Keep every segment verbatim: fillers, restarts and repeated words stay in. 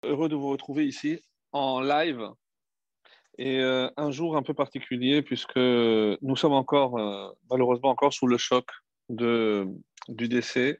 Heureux de vous retrouver ici en live et euh, un jour un peu particulier puisque nous sommes encore, euh, malheureusement encore sous le choc de, du décès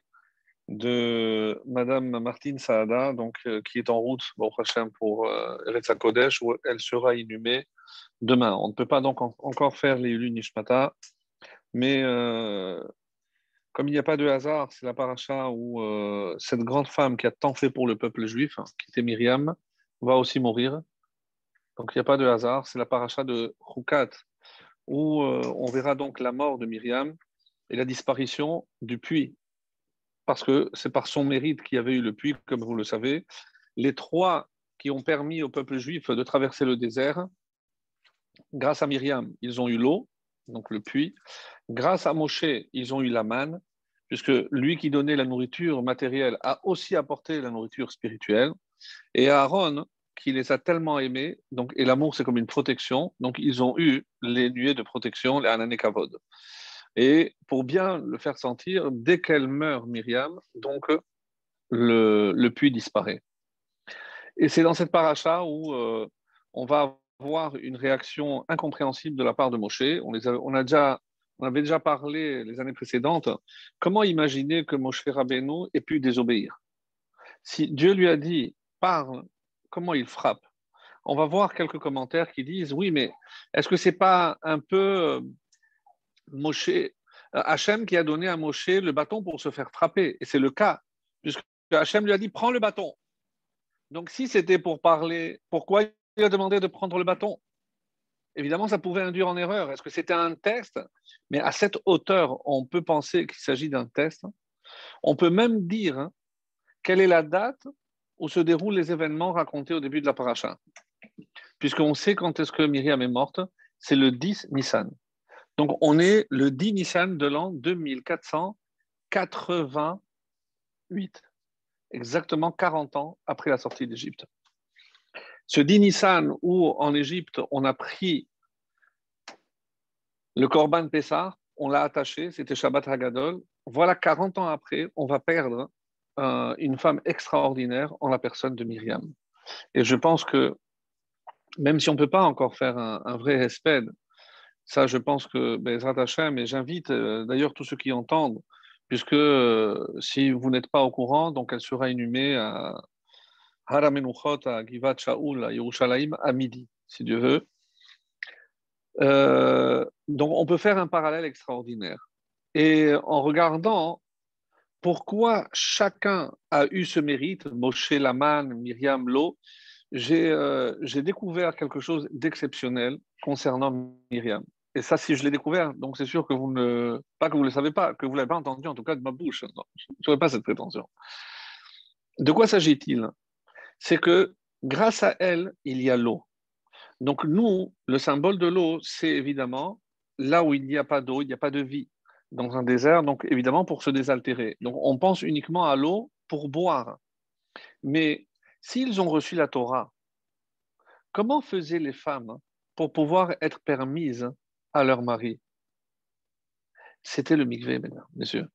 de Madame Martine Saada, donc, euh, qui est en route bon, prochain pour euh, Eretz Kodesh où elle sera inhumée demain. On ne peut pas donc en- encore faire les Ulu Nishmata, mais euh, comme il n'y a pas de hasard, c'est la paracha où euh, cette grande femme qui a tant fait pour le peuple juif, hein, qui était Myriam, va aussi mourir. Donc il n'y a pas de hasard, c'est la paracha de Chukat, où euh, on verra donc la mort de Myriam et la disparition du puits, parce que c'est par son mérite qu'il y avait eu le puits, comme vous le savez. Les trois qui ont permis au peuple juif de traverser le désert, grâce à Myriam, ils ont eu l'eau, donc le puits. Grâce à Moshe, ils ont eu la manne, puisque lui qui donnait la nourriture matérielle a aussi apporté la nourriture spirituelle. Et Aaron, qui les a tellement aimés, donc, et l'amour c'est comme une protection, donc ils ont eu les nuées de protection, les Anané Kavod. Et pour bien le faire sentir, dès qu'elle meurt, Myriam, donc le, le puits disparaît. Et c'est dans cette paracha où euh, on va avoir une réaction incompréhensible de la part de Moshe. On, les a, on, a déjà, on avait déjà parlé les années précédentes. Comment imaginer que Moshe Rabbeinu ait pu désobéir? Si Dieu lui a dit, parle, comment il frappe? On va voir quelques commentaires qui disent, oui, mais est-ce que c'est pas un peu euh, Moshe, euh, Hachem qui a donné à Moshe le bâton pour se faire frapper? Et c'est le cas, puisque Hachem lui a dit, prends le bâton. Donc si c'était pour parler, pourquoi il a demandé de prendre le bâton? Évidemment, ça pouvait induire en erreur. Est-ce que c'était un test? Mais à cette hauteur, on peut penser qu'il s'agit d'un test. On peut même dire hein, quelle est la date où se déroulent les événements racontés au début de la paracha. Puisqu'on sait quand est-ce que Myriam est morte, c'est le dix Nissan. Donc on est le dix Nissan de l'an deux mille quatre cent quatre-vingt-huit, exactement quarante ans après la sortie d'Égypte. Ce dix Nissan où en Égypte on a pris le Corban Pessah, on l'a attaché, c'était Shabbat Hagadol. Voilà, quarante ans après, on va perdre euh, une femme extraordinaire en la personne de Myriam. Et je pense que même si on ne peut pas encore faire un, un vrai respect, ça je pense que Bezrat Hashem, et j'invite euh, d'ailleurs tous ceux qui entendent, puisque euh, si vous n'êtes pas au courant, donc elle sera inhumée à Har HaMenuchot, à Givat Shaul, à Yerushalayim, à midi, si Dieu veut. Euh, donc on peut faire un parallèle extraordinaire. Et en regardant pourquoi chacun a eu ce mérite, Moshe Laman, Myriam Lo, j'ai euh, j'ai découvert quelque chose d'exceptionnel concernant Myriam. Et ça, si je l'ai découvert, donc c'est sûr que vous ne, pas que vous ne le savez pas, que vous ne l'avez pas entendu, en tout cas de ma bouche. Non, je n'aurais pas cette prétention. De quoi s'agit-il? C'est que grâce à elle, il y a l'eau. Donc nous, le symbole de l'eau, c'est évidemment là où il n'y a pas d'eau, il n'y a pas de vie. Dans un désert, donc évidemment pour se désaltérer. Donc on pense uniquement à l'eau pour boire. Mais s'ils ont reçu la Torah, comment faisaient les femmes pour pouvoir être permises à leur mari? C'était le mikvé, mesdames, messieurs.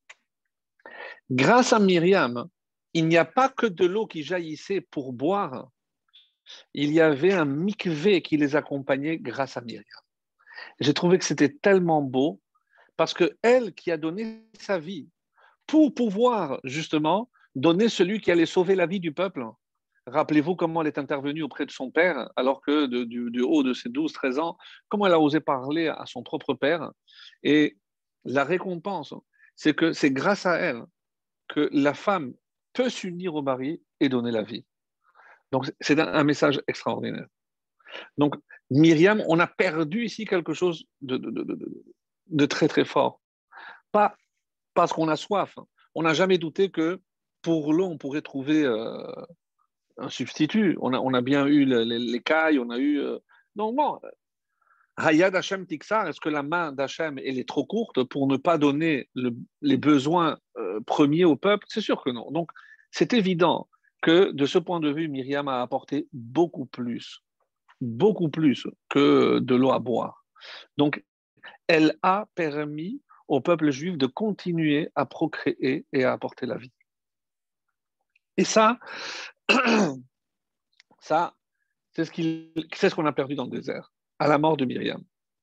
Grâce à Myriam, il n'y a pas que de l'eau qui jaillissait pour boire, il y avait un mikvé qui les accompagnait grâce à Myriam. J'ai trouvé que c'était tellement beau parce que elle qui a donné sa vie pour pouvoir justement donner celui qui allait sauver la vie du peuple. Rappelez-vous comment elle est intervenue auprès de son père, alors que de, du, du haut de ses douze treize ans, comment elle a osé parler à son propre père. Et la récompense, c'est que c'est grâce à elle que la femme peut s'unir au mari et donner la vie. Donc c'est un, un message extraordinaire. Donc Myriam, on a perdu ici quelque chose de, de, de, de, de très très fort. Pas parce qu'on a soif. On n'a jamais douté que pour l'eau, on pourrait trouver euh, un substitut. On a, on a bien eu les, les cailles, on a eu. Euh... Donc bon, Hayad Hashem Tiksar, est-ce que la main d'Hachem elle est trop courte pour ne pas donner le, les besoins euh, premiers au peuple? C'est sûr que non. Donc c'est évident que de ce point de vue, Myriam a apporté beaucoup plus, beaucoup plus que de l'eau à boire. Donc elle a permis au peuple juif de continuer à procréer et à apporter la vie. Et ça, Ça, c'est ce qu'il, c'est ce qu'on a perdu dans le désert, à la mort de Myriam.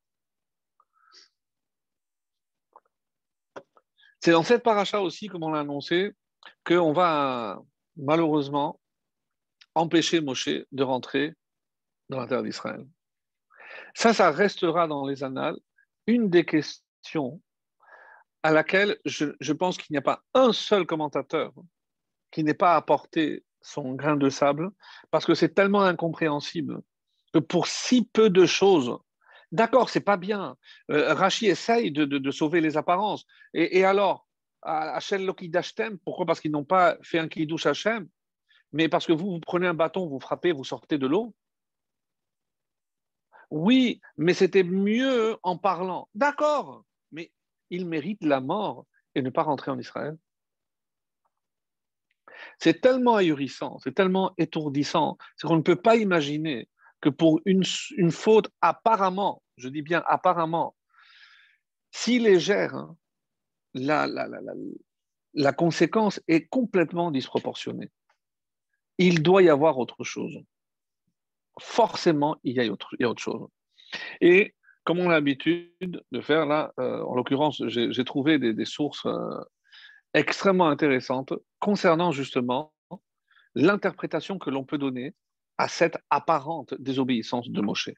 C'est dans cette paracha aussi, comme on l'a annoncé, qu'on va malheureusement empêcher Moshe de rentrer dans la terre d'Israël. Ça, ça restera dans les annales une des questions à laquelle je, je pense qu'il n'y a pas un seul commentateur qui n'ait pas apporté son grain de sable, parce que c'est tellement incompréhensible que pour si peu de choses, d'accord, c'est pas bien. Euh, Rachi essaye de, de, de sauver les apparences. Et, et alors, Hachem Loki Dashtem, pourquoi? Parce qu'ils n'ont pas fait un Kiddush Hachem, mais parce que vous, vous prenez un bâton, vous frappez, vous sortez de l'eau. Oui, mais c'était mieux en parlant. D'accord, mais il mérite la mort et ne pas rentrer en Israël. C'est tellement ahurissant, c'est tellement étourdissant, c'est qu'on ne peut pas imaginer que pour une, une faute apparemment, je dis bien apparemment, si légère, hein, la, la, la, la, la conséquence est complètement disproportionnée. Il doit y avoir autre chose. Forcément, il y a autre, il y a autre chose. Et comme on a l'habitude de faire là, euh, en l'occurrence, j'ai, j'ai trouvé des, des sources euh, extrêmement intéressantes concernant justement l'interprétation que l'on peut donner à cette apparente désobéissance de Moshe.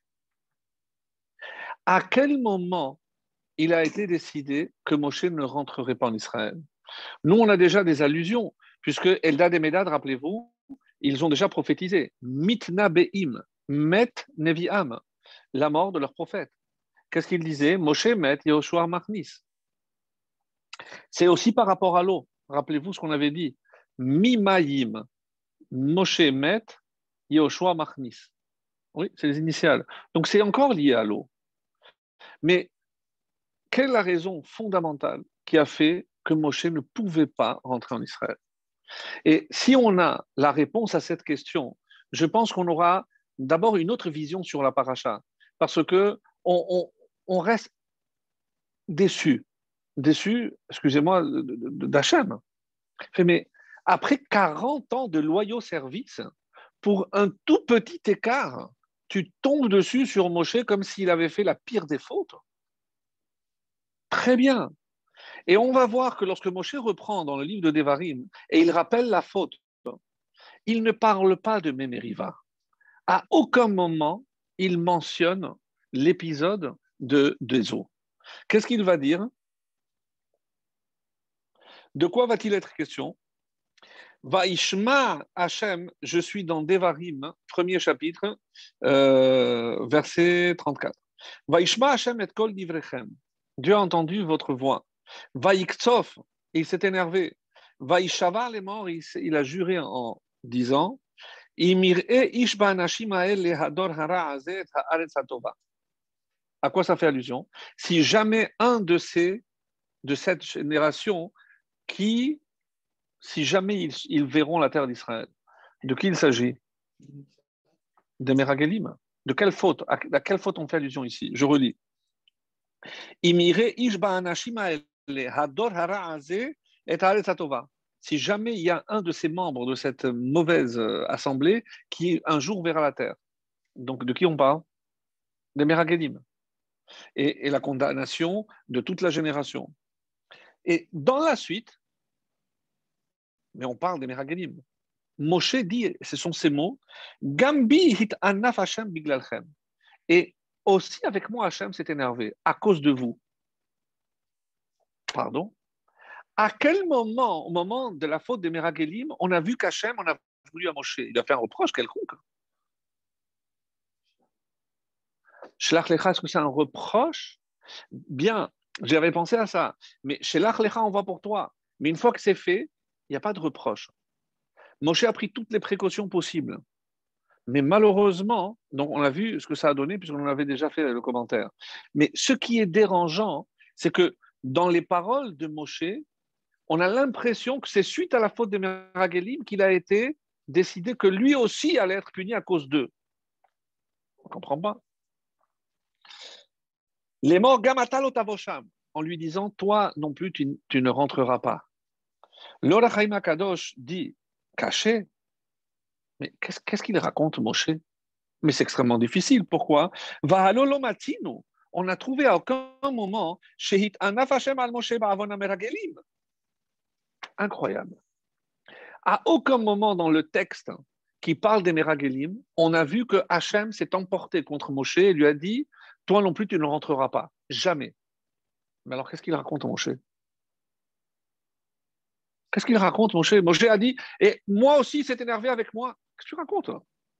À quel moment il a été décidé que Moshe ne rentrerait pas en Israël? Nous, on a déjà des allusions, puisque Eldad et Médad, rappelez-vous, ils ont déjà prophétisé Mitna Be'im, Met Nevi'am, la mort de leur prophète. Qu'est-ce qu'ils disaient? Moshe Met Yehoshua Machnis. C'est aussi par rapport à l'eau. Rappelez-vous ce qu'on avait dit. Mimayim, Moshe Met Yehoshua Machnis. Oui, c'est les initiales. Donc c'est encore lié à l'eau. Mais quelle est la raison fondamentale qui a fait que Moshe ne pouvait pas rentrer en Israël? Et si on a la réponse à cette question, je pense qu'on aura d'abord une autre vision sur la paracha, parce que on, on, on reste déçu, déçu, excusez-moi, d'Hachem. Mais après quarante ans de loyaux services, pour un tout petit écart, tu tombes dessus sur Moshe comme s'il avait fait la pire des fautes. Très bien. Et on va voir que lorsque Moshe reprend dans le livre de Devarim et il rappelle la faute, il ne parle pas de Mémériva. À aucun moment, il mentionne l'épisode de, des eaux. Qu'est-ce qu'il va dire? De quoi va-t-il être question? Vaishma Hachem, je suis dans Devarim, premier chapitre, euh, verset trente-quatre. Vaishma Hachem et kol divrechem. Dieu a entendu votre voix. Vaiktsof, il s'est énervé. Vaishava les morts, il, il a juré en disant à quoi ça fait allusion? Si jamais un de ces, de cette génération qui, si jamais ils, ils verront la terre d'Israël, de qui il s'agit? Des Meragelim. De quelle faute? À, à quelle faute on fait allusion ici? Je relis. Si jamais il y a un de ces membres de cette mauvaise assemblée qui un jour verra la terre. Donc de qui on parle? Des Meragelim. Et, et la condamnation de toute la génération. Et dans la suite, mais on parle des Meragelim. Moshe dit, ce sont ces mots, Gambi hit anaf Hashem biglalchem. Et aussi avec moi, Hashem s'est énervé à cause de vous. Pardon? À quel moment, au moment de la faute des Meragelim, on a vu qu'Hachem, on a voulu à Moshe? Il a fait un reproche quelconque. Shlach Lecha, est-ce que c'est un reproche? Bien, j'avais pensé à ça. Mais Shlach Lecha, on va pour toi. Mais une fois que c'est fait, il n'y a pas de reproche. Moshe a pris toutes les précautions possibles. Mais malheureusement, donc on a vu ce que ça a donné, puisqu'on en avait déjà fait le commentaire. Mais ce qui est dérangeant, c'est que dans les paroles de Moshe, on a l'impression que c'est suite à la faute des Meragelim qu'il a été décidé que lui aussi allait être puni à cause d'eux. On ne comprend pas. Les morts Gamatal Otavosham, en lui disant, toi non plus, tu, tu ne rentreras pas. L'Orachaim Kadosh dit, caché. Mais qu'est-ce qu'est-ce qu'il raconte, Moshe? Mais c'est extrêmement difficile. Pourquoi? Vahalolo matinu. On n'a trouvé à aucun moment Shehit anaf Hashem al Moshe ba'avon hameragelim. Incroyable. À aucun moment dans le texte qui parle des Meragelim, on a vu que Hachem s'est emporté contre Moshe et lui a dit toi non plus, tu ne rentreras pas. Jamais. Mais alors, qu'est-ce qu'il raconte, Moshe? Qu'est-ce qu'il raconte, Moshe? Moshe a dit et moi aussi, il s'est énervé avec moi. Qu'est-ce que tu racontes?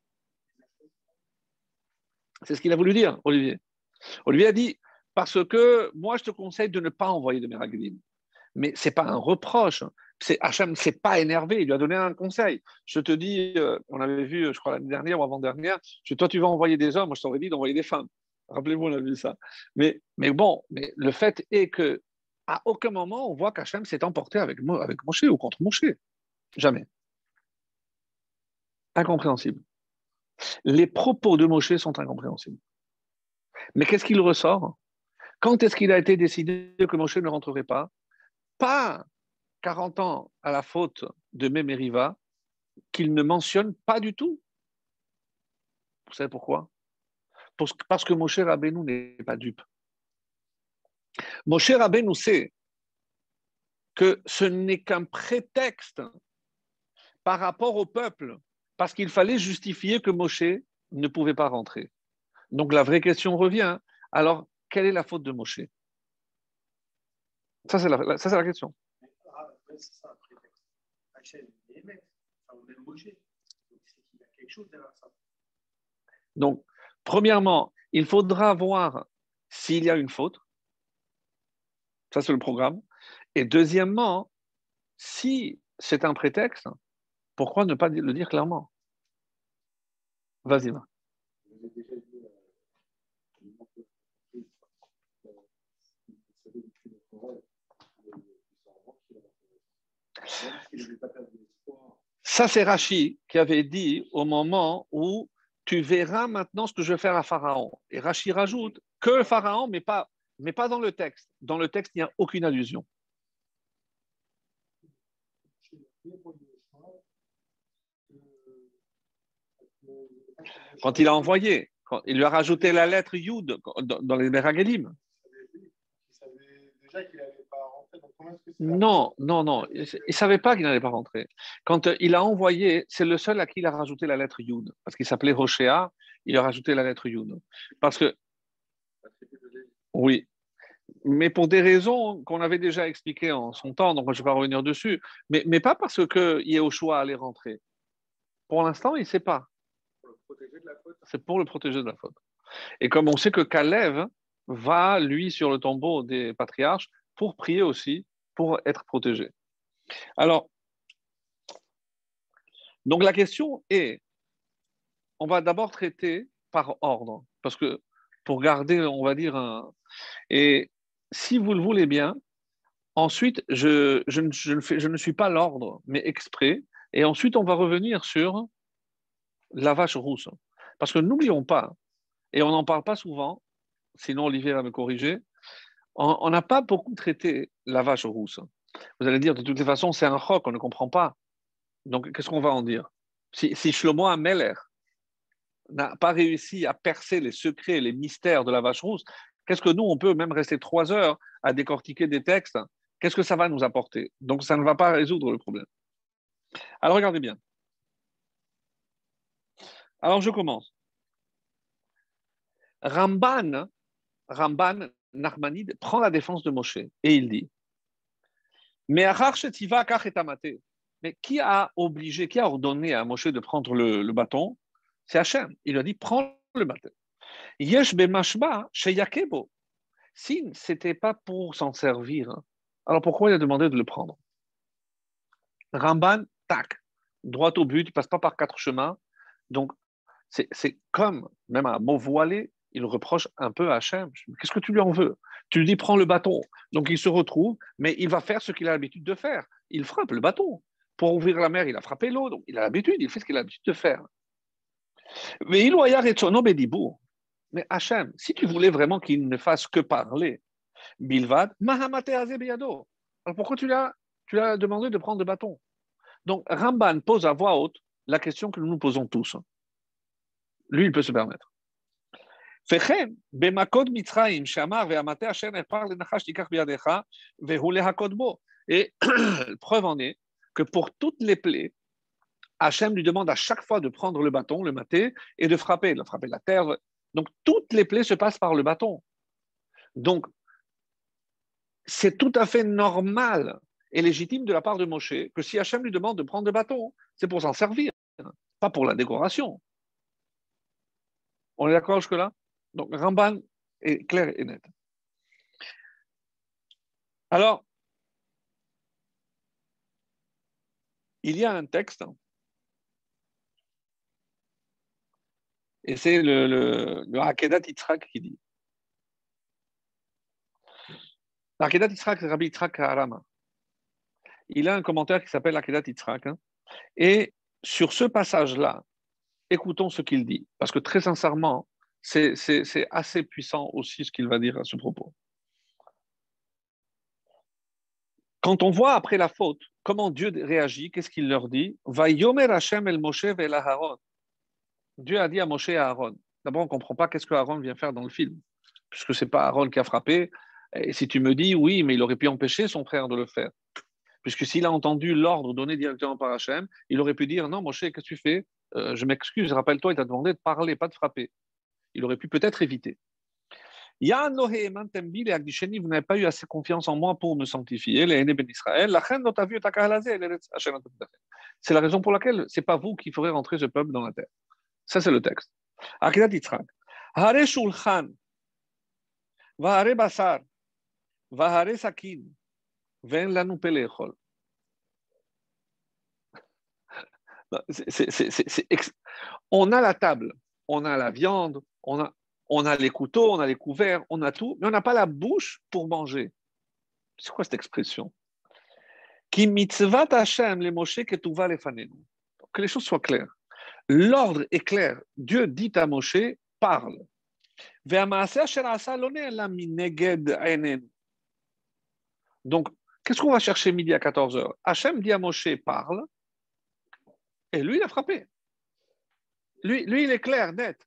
C'est ce qu'il a voulu dire, Olivier. Olivier a dit parce que moi, je te conseille de ne pas envoyer de Meragelim. Mais ce n'est pas un reproche. C'est, Hachem ne s'est pas énervé, il lui a donné un conseil. Je te dis, euh, on avait vu, je crois, l'année dernière ou avant-dernière, je, toi, tu vas envoyer des hommes, moi, je t'aurais dit d'envoyer des femmes. Rappelez-vous, on a vu ça. Mais, mais bon, mais le fait est que à aucun moment, on voit qu'Hachem s'est emporté avec, avec Moshe ou contre Moshe. Jamais. Incompréhensible. Les propos de Moshe sont incompréhensibles. Mais qu'est-ce qu'il ressort? Quand est-ce qu'il a été décidé que Moshe ne rentrerait pas? Pas quarante ans à la faute de Mémériva, qu'il ne mentionne pas du tout. Vous savez pourquoi? Parce que Moshe Rabbeinu n'est pas dupe. Moshe Rabbeinu sait que ce n'est qu'un prétexte par rapport au peuple, parce qu'il fallait justifier que Moshe ne pouvait pas rentrer. Donc la vraie question revient, alors quelle est la faute de Moshe? Ça, c'est la, ça, c'est la question. C'est ça, un prétexte. Hachem, il aimait, enfin, on aime Moshe. Donc, c'est qu'il y a quelque chose derrière ça. Donc, premièrement, il faudra voir s'il y a une faute. Ça, c'est le programme. Et deuxièmement, si c'est un prétexte, pourquoi ne pas le dire clairement? Vas-y, va. Ça, c'est Rachi qui avait dit au moment où tu verras maintenant ce que je vais faire à Pharaon. Et Rachi rajoute que Pharaon, mais pas, mais pas dans le texte. Dans le texte, il n'y a aucune allusion. Quand il a envoyé, quand il lui a rajouté la lettre Yud dans les Meragelim. Non, non, non, il ne savait pas qu'il n'allait pas rentrer. Quand il a envoyé, c'est le seul à qui il a rajouté la lettre Yud, parce qu'il s'appelait Hoshéa, il a rajouté la lettre Yud. Parce que, oui, mais pour des raisons qu'on avait déjà expliquées en son temps, donc je ne vais pas revenir dessus, mais, mais pas parce que Yehoshua allait rentrer. Pour l'instant, il ne sait pas. C'est pour le protéger de la faute. Et comme on sait que Kalev va, lui, sur le tombeau des patriarches pour prier aussi, pour être protégé. Alors, donc la question est, on va d'abord traiter par ordre, parce que pour garder, on va dire, un... Et si vous le voulez bien, ensuite, je, je, ne, je, ne, fais, je ne suis pas l'ordre, mais exprès, et ensuite, on va revenir sur la vache rousse. Parce que n'oublions pas, et on n'en parle pas souvent, sinon Olivier va me corriger, on n'a pas beaucoup traité la vache rousse. Vous allez dire, de toutes les façons, c'est un choc, on ne comprend pas. Donc, qu'est-ce qu'on va en dire? Si, si Shlomo Ameler n'a pas réussi à percer les secrets, les mystères de la vache rousse, qu'est-ce que nous, on peut même rester trois heures à décortiquer des textes? Qu'est-ce que ça va nous apporter? Donc, ça ne va pas résoudre le problème. Alors, regardez bien. Alors, je commence. Ramban, Ramban Nachmanide prend la défense de Moshe et il dit mais mais qui a obligé, qui a ordonné à Moshe de prendre le, le bâton? C'est Hachem. Il lui a dit prends le bâton. Yesh bemashba chez Yakebo. Si ce n'était pas pour s'en servir, alors pourquoi il a demandé de le prendre? Ramban, tac, droit au but, il ne passe pas par quatre chemins. Donc, c'est, c'est comme, même un mot voilé, il reproche un peu à Hachem. Qu'est-ce que tu lui en veux? Tu lui dis, prends le bâton. Donc, il se retrouve, mais il va faire ce qu'il a l'habitude de faire. Il frappe le bâton. Pour ouvrir la mer, il a frappé l'eau. Donc, il a l'habitude, il fait ce qu'il a l'habitude de faire. Mais il Mais Hachem, si tu voulais vraiment qu'il ne fasse que parler, Bilvad, Mahamate Alors, pourquoi tu l'as, tu l'as demandé de prendre le bâton? Donc, Ramban pose à voix haute la question que nous nous posons tous. Lui, il peut se permettre. וכן, במכות מצרים, שאמר, והמטה אשר נהפך לנחש תיקח בידיך, והוא להכות בו. Et preuve en est que pour toutes les plaies, Hachem lui demande à chaque fois de prendre le bâton, le maté, et de frapper, de frapper la terre. Donc, toutes les plaies se passent par le bâton. Donc, c'est tout à fait normal et légitime de la part de Moshe que si Hachem lui demande de prendre le bâton, c'est pour s'en servir, pas pour la décoration. On est d'accord jusque-là? Donc, Ramban est clair et net. Alors, il y a un texte, et c'est le, le, le Hakedat Yitzhak qui dit. Hakedat Yitzhak, c'est Rabbi Yitzhak Harama. Il a un commentaire qui s'appelle Hakedat Yitzhak. Hein, et sur ce passage-là, écoutons ce qu'il dit, parce que très sincèrement, c'est, c'est, c'est assez puissant aussi ce qu'il va dire à ce propos. Quand on voit après la faute, comment Dieu réagit, qu'est-ce qu'il leur dit? Va yomer Hashem el Moshe vel Aharon. Dieu a dit à Moshe et à Aaron. D'abord, on ne comprend pas qu'est-ce que Aaron vient faire dans le film, puisque ce n'est pas Aaron qui a frappé. Et si tu me dis, oui, mais il aurait pu empêcher son frère de le faire. Puisque s'il a entendu l'ordre donné directement par Hachem, il aurait pu dire, non, Moshe, qu'est-ce que tu fais? euh, Je m'excuse, rappelle-toi, il t'a demandé de parler, pas de frapper. Il aurait pu peut-être éviter. Ya Noé Mantembi et Agdisheni, vous n'avez pas eu assez confiance en moi pour me sanctifier, les aînés ben Israël. La reine t'a vu c'est la raison pour laquelle ce n'est pas vous qui ferez rentrer ce peuple dans la terre. Ça, c'est le texte. Akidat Yitzhak. Hare Shulchan, Vahare Basar, Vahare Sakin, Ven Lanu Pelechol. On a la table, on a la viande, on a. On a les couteaux, on a les couverts, on a tout, mais on n'a pas la bouche pour manger. C'est quoi cette expression? Ki mitzvat Hashem le Moshe ketuva lefanenu. Que les choses soient claires. L'ordre est clair. Dieu dit à Moshe, parle. Donc, qu'est-ce qu'on va chercher midi à quatorze heures? Hachem dit à Moshe, parle, et lui, il a frappé. Lui, lui il est clair, net.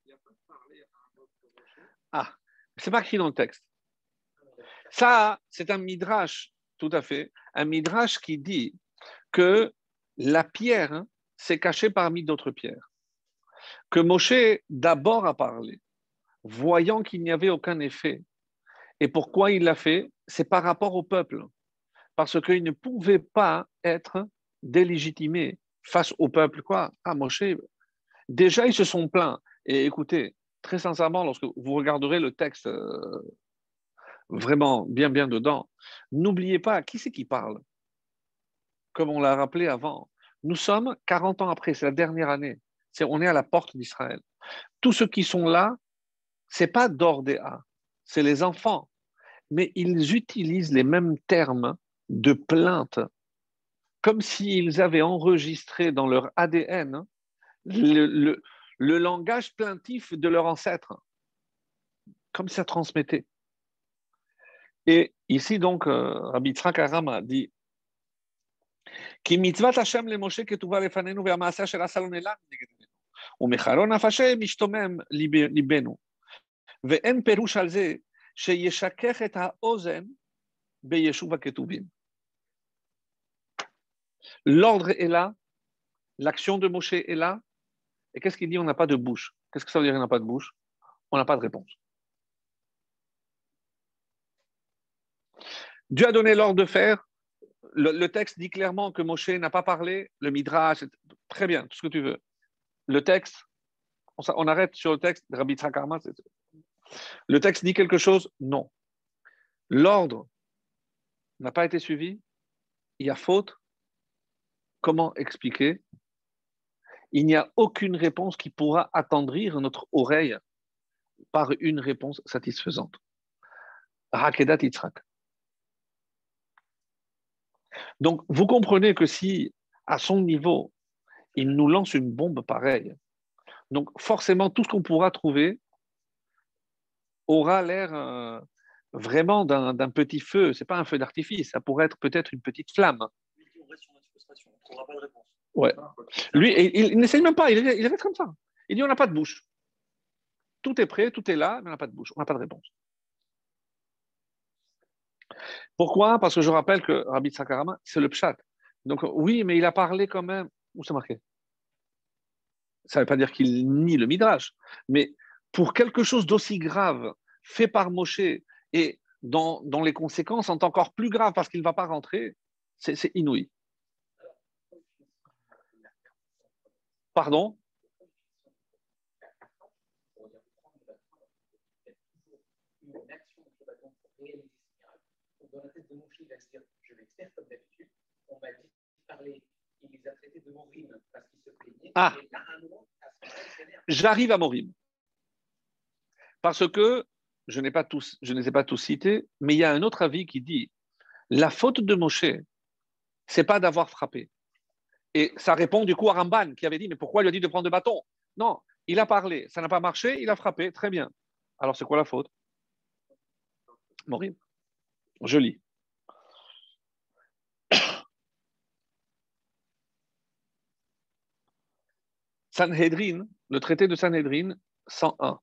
Ah, c'est pas écrit dans le texte. Ça, c'est un midrash, tout à fait, un midrash qui dit que la pierre hein, s'est cachée parmi d'autres pierres. Que Moshe d'abord a parlé, voyant qu'il n'y avait aucun effet. Et pourquoi il l'a fait? C'est par rapport au peuple. Parce qu'il ne pouvait pas être délégitimé face au peuple. Quoi? Ah, Moshe, déjà ils se sont plaints. Et écoutez, très sincèrement, lorsque vous regarderez le texte euh, vraiment bien, bien dedans, n'oubliez pas, qui c'est qui parle? Comme on l'a rappelé avant, nous sommes quarante ans après, c'est la dernière année. C'est, on est à la porte d'Israël. Tous ceux qui sont là, ce n'est pas d'Ordéa, c'est les enfants. Mais ils utilisent les mêmes termes de plainte, comme s'ils avaient enregistré dans leur A D N le, le, le langage plaintif de leur ancêtre, comme ça transmettait. Et ici, donc, euh, Rabbi Yitzhak Harama dit Ki mitzvat Hashem le Moshe ketuva lefanenu ve'ama'aseh asher asa lo ne'elam negedenu u'mecharon nafashe mishtomem libenu ve'en perush al ze sheyeshakech et ha'ozen beyeshuv ha'ketuvim. L'ordre est là, l'action de Moshe est là, et qu'est-ce qu'il dit? On n'a pas de bouche. Qu'est-ce que ça veut dire on n'a pas de bouche? On n'a pas de réponse. Dieu a donné l'ordre de faire. Le, le texte dit clairement que Moshe n'a pas parlé. Le Midrash, très bien, tout ce que tu veux. Le texte, on, on arrête sur le texte de Rabbi Yitzhak Harama. Le texte dit quelque chose? Non. L'ordre n'a pas été suivi. Il y a faute. Comment expliquer? Il n'y a aucune réponse qui pourra attendrir notre oreille par une réponse satisfaisante. Hakedat Yitzhak. Donc, vous comprenez que si, à son niveau, il nous lance une bombe pareille, donc forcément, tout ce qu'on pourra trouver aura l'air euh, vraiment d'un, d'un petit feu. Ce n'est pas un feu d'artifice, ça pourrait être peut-être une petite flamme. On reste sur notre frustration, on ne trouvera pas de réponse. Ouais. Lui, il, il n'essaye même pas, il, il reste comme ça. Il dit on n'a pas de bouche. Tout est prêt, tout est là, mais on n'a pas de bouche, on n'a pas de réponse. Pourquoi? Parce que je rappelle que Rabbi Tsakarama, c'est le pshat. Donc oui, mais il a parlé quand même. Où c'est marqué? Ça ne veut pas dire qu'il nie le midrash, mais pour quelque chose d'aussi grave fait par Moshe et dont, dont les conséquences sont encore plus graves parce qu'il ne va pas rentrer, c'est, c'est inouï. Pardon? Dans la tête de mon fils, il va se dire je vais faire comme d'habitude. On m'a dit de parler, il les a traités de Morim parce qu'ils se plaignaient. Ah, et là, à un moment, à ce moment-là, il s'énerve. J'arrive à Morim. Parce que je, n'ai pas tous, je ne les ai pas tous cités, mais il y a un autre avis qui dit la faute de Moshe, c'est pas d'avoir frappé. Et ça répond du coup à Ramban qui avait dit mais pourquoi il lui a dit de prendre le bâton? Non, il a parlé, ça n'a pas marché, il a frappé, très bien. Alors c'est quoi la faute? Morim. Je lis. Sanhedrin, le traité de Sanhedrin, cent un.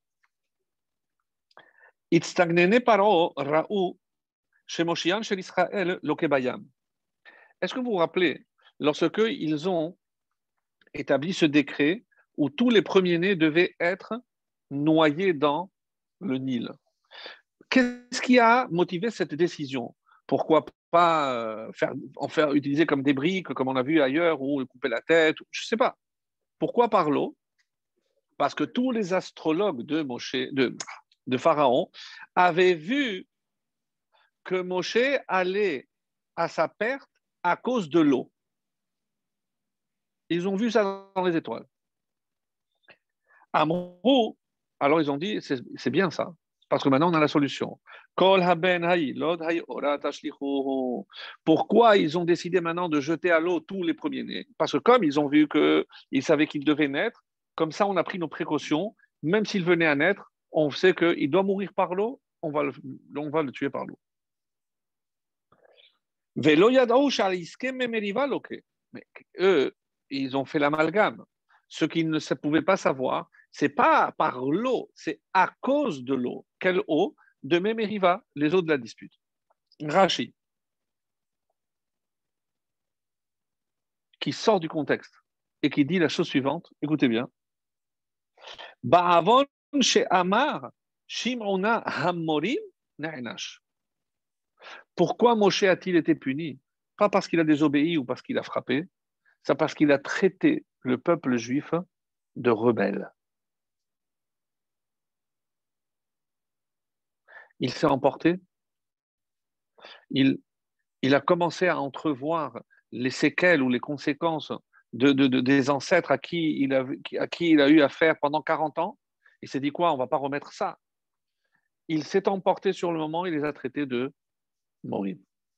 Itstagnene paro ra'u shemoshian shel Israël lokebayam. Est-ce que vous vous rappelez, lorsque ils ont établi ce décret où tous les premiers-nés devaient être noyés dans le Nil? Qu'est-ce qui a motivé cette décision? Pourquoi pas euh, faire, en faire utiliser comme des briques, comme on a vu ailleurs, ou couper la tête? Je ne sais pas. Pourquoi par l'eau? Parce que tous les astrologues de, Moshe, de, de Pharaon avaient vu que Moshe allait à sa perte à cause de l'eau. Ils ont vu ça dans les étoiles. Amrou, alors ils ont dit, c'est, c'est bien ça, parce que maintenant on a la solution. Pourquoi ils ont décidé maintenant de jeter à l'eau tous les premiers-nés? Parce que comme ils ont vu qu'ils savaient qu'ils devaient naître, comme ça on a pris nos précautions, même s'il venait à naître, on sait qu'il doit mourir par l'eau, on va le, on va le tuer par l'eau. Mais eux, ils ont fait l'amalgame. Ce qu'ils ne se pouvaient pas savoir, c'est pas par l'eau, c'est à cause de l'eau. Quelle eau? De Mémériva, les eaux de la dispute. Rachi, qui sort du contexte et qui dit la chose suivante, écoutez bien. Ba'avon she'amar Shim'ona hamorim na'enash. Pourquoi Moshe a-t-il été puni? Pas parce qu'il a désobéi ou parce qu'il a frappé, c'est parce qu'il a traité le peuple juif de rebelle. Il s'est emporté, il, il a commencé à entrevoir les séquelles ou les conséquences de, de, de, des ancêtres à qui, il a, à qui il a eu affaire pendant quarante ans. Il s'est dit quoi? On ne va pas remettre ça. Il s'est emporté sur le moment, il les a traités de morir.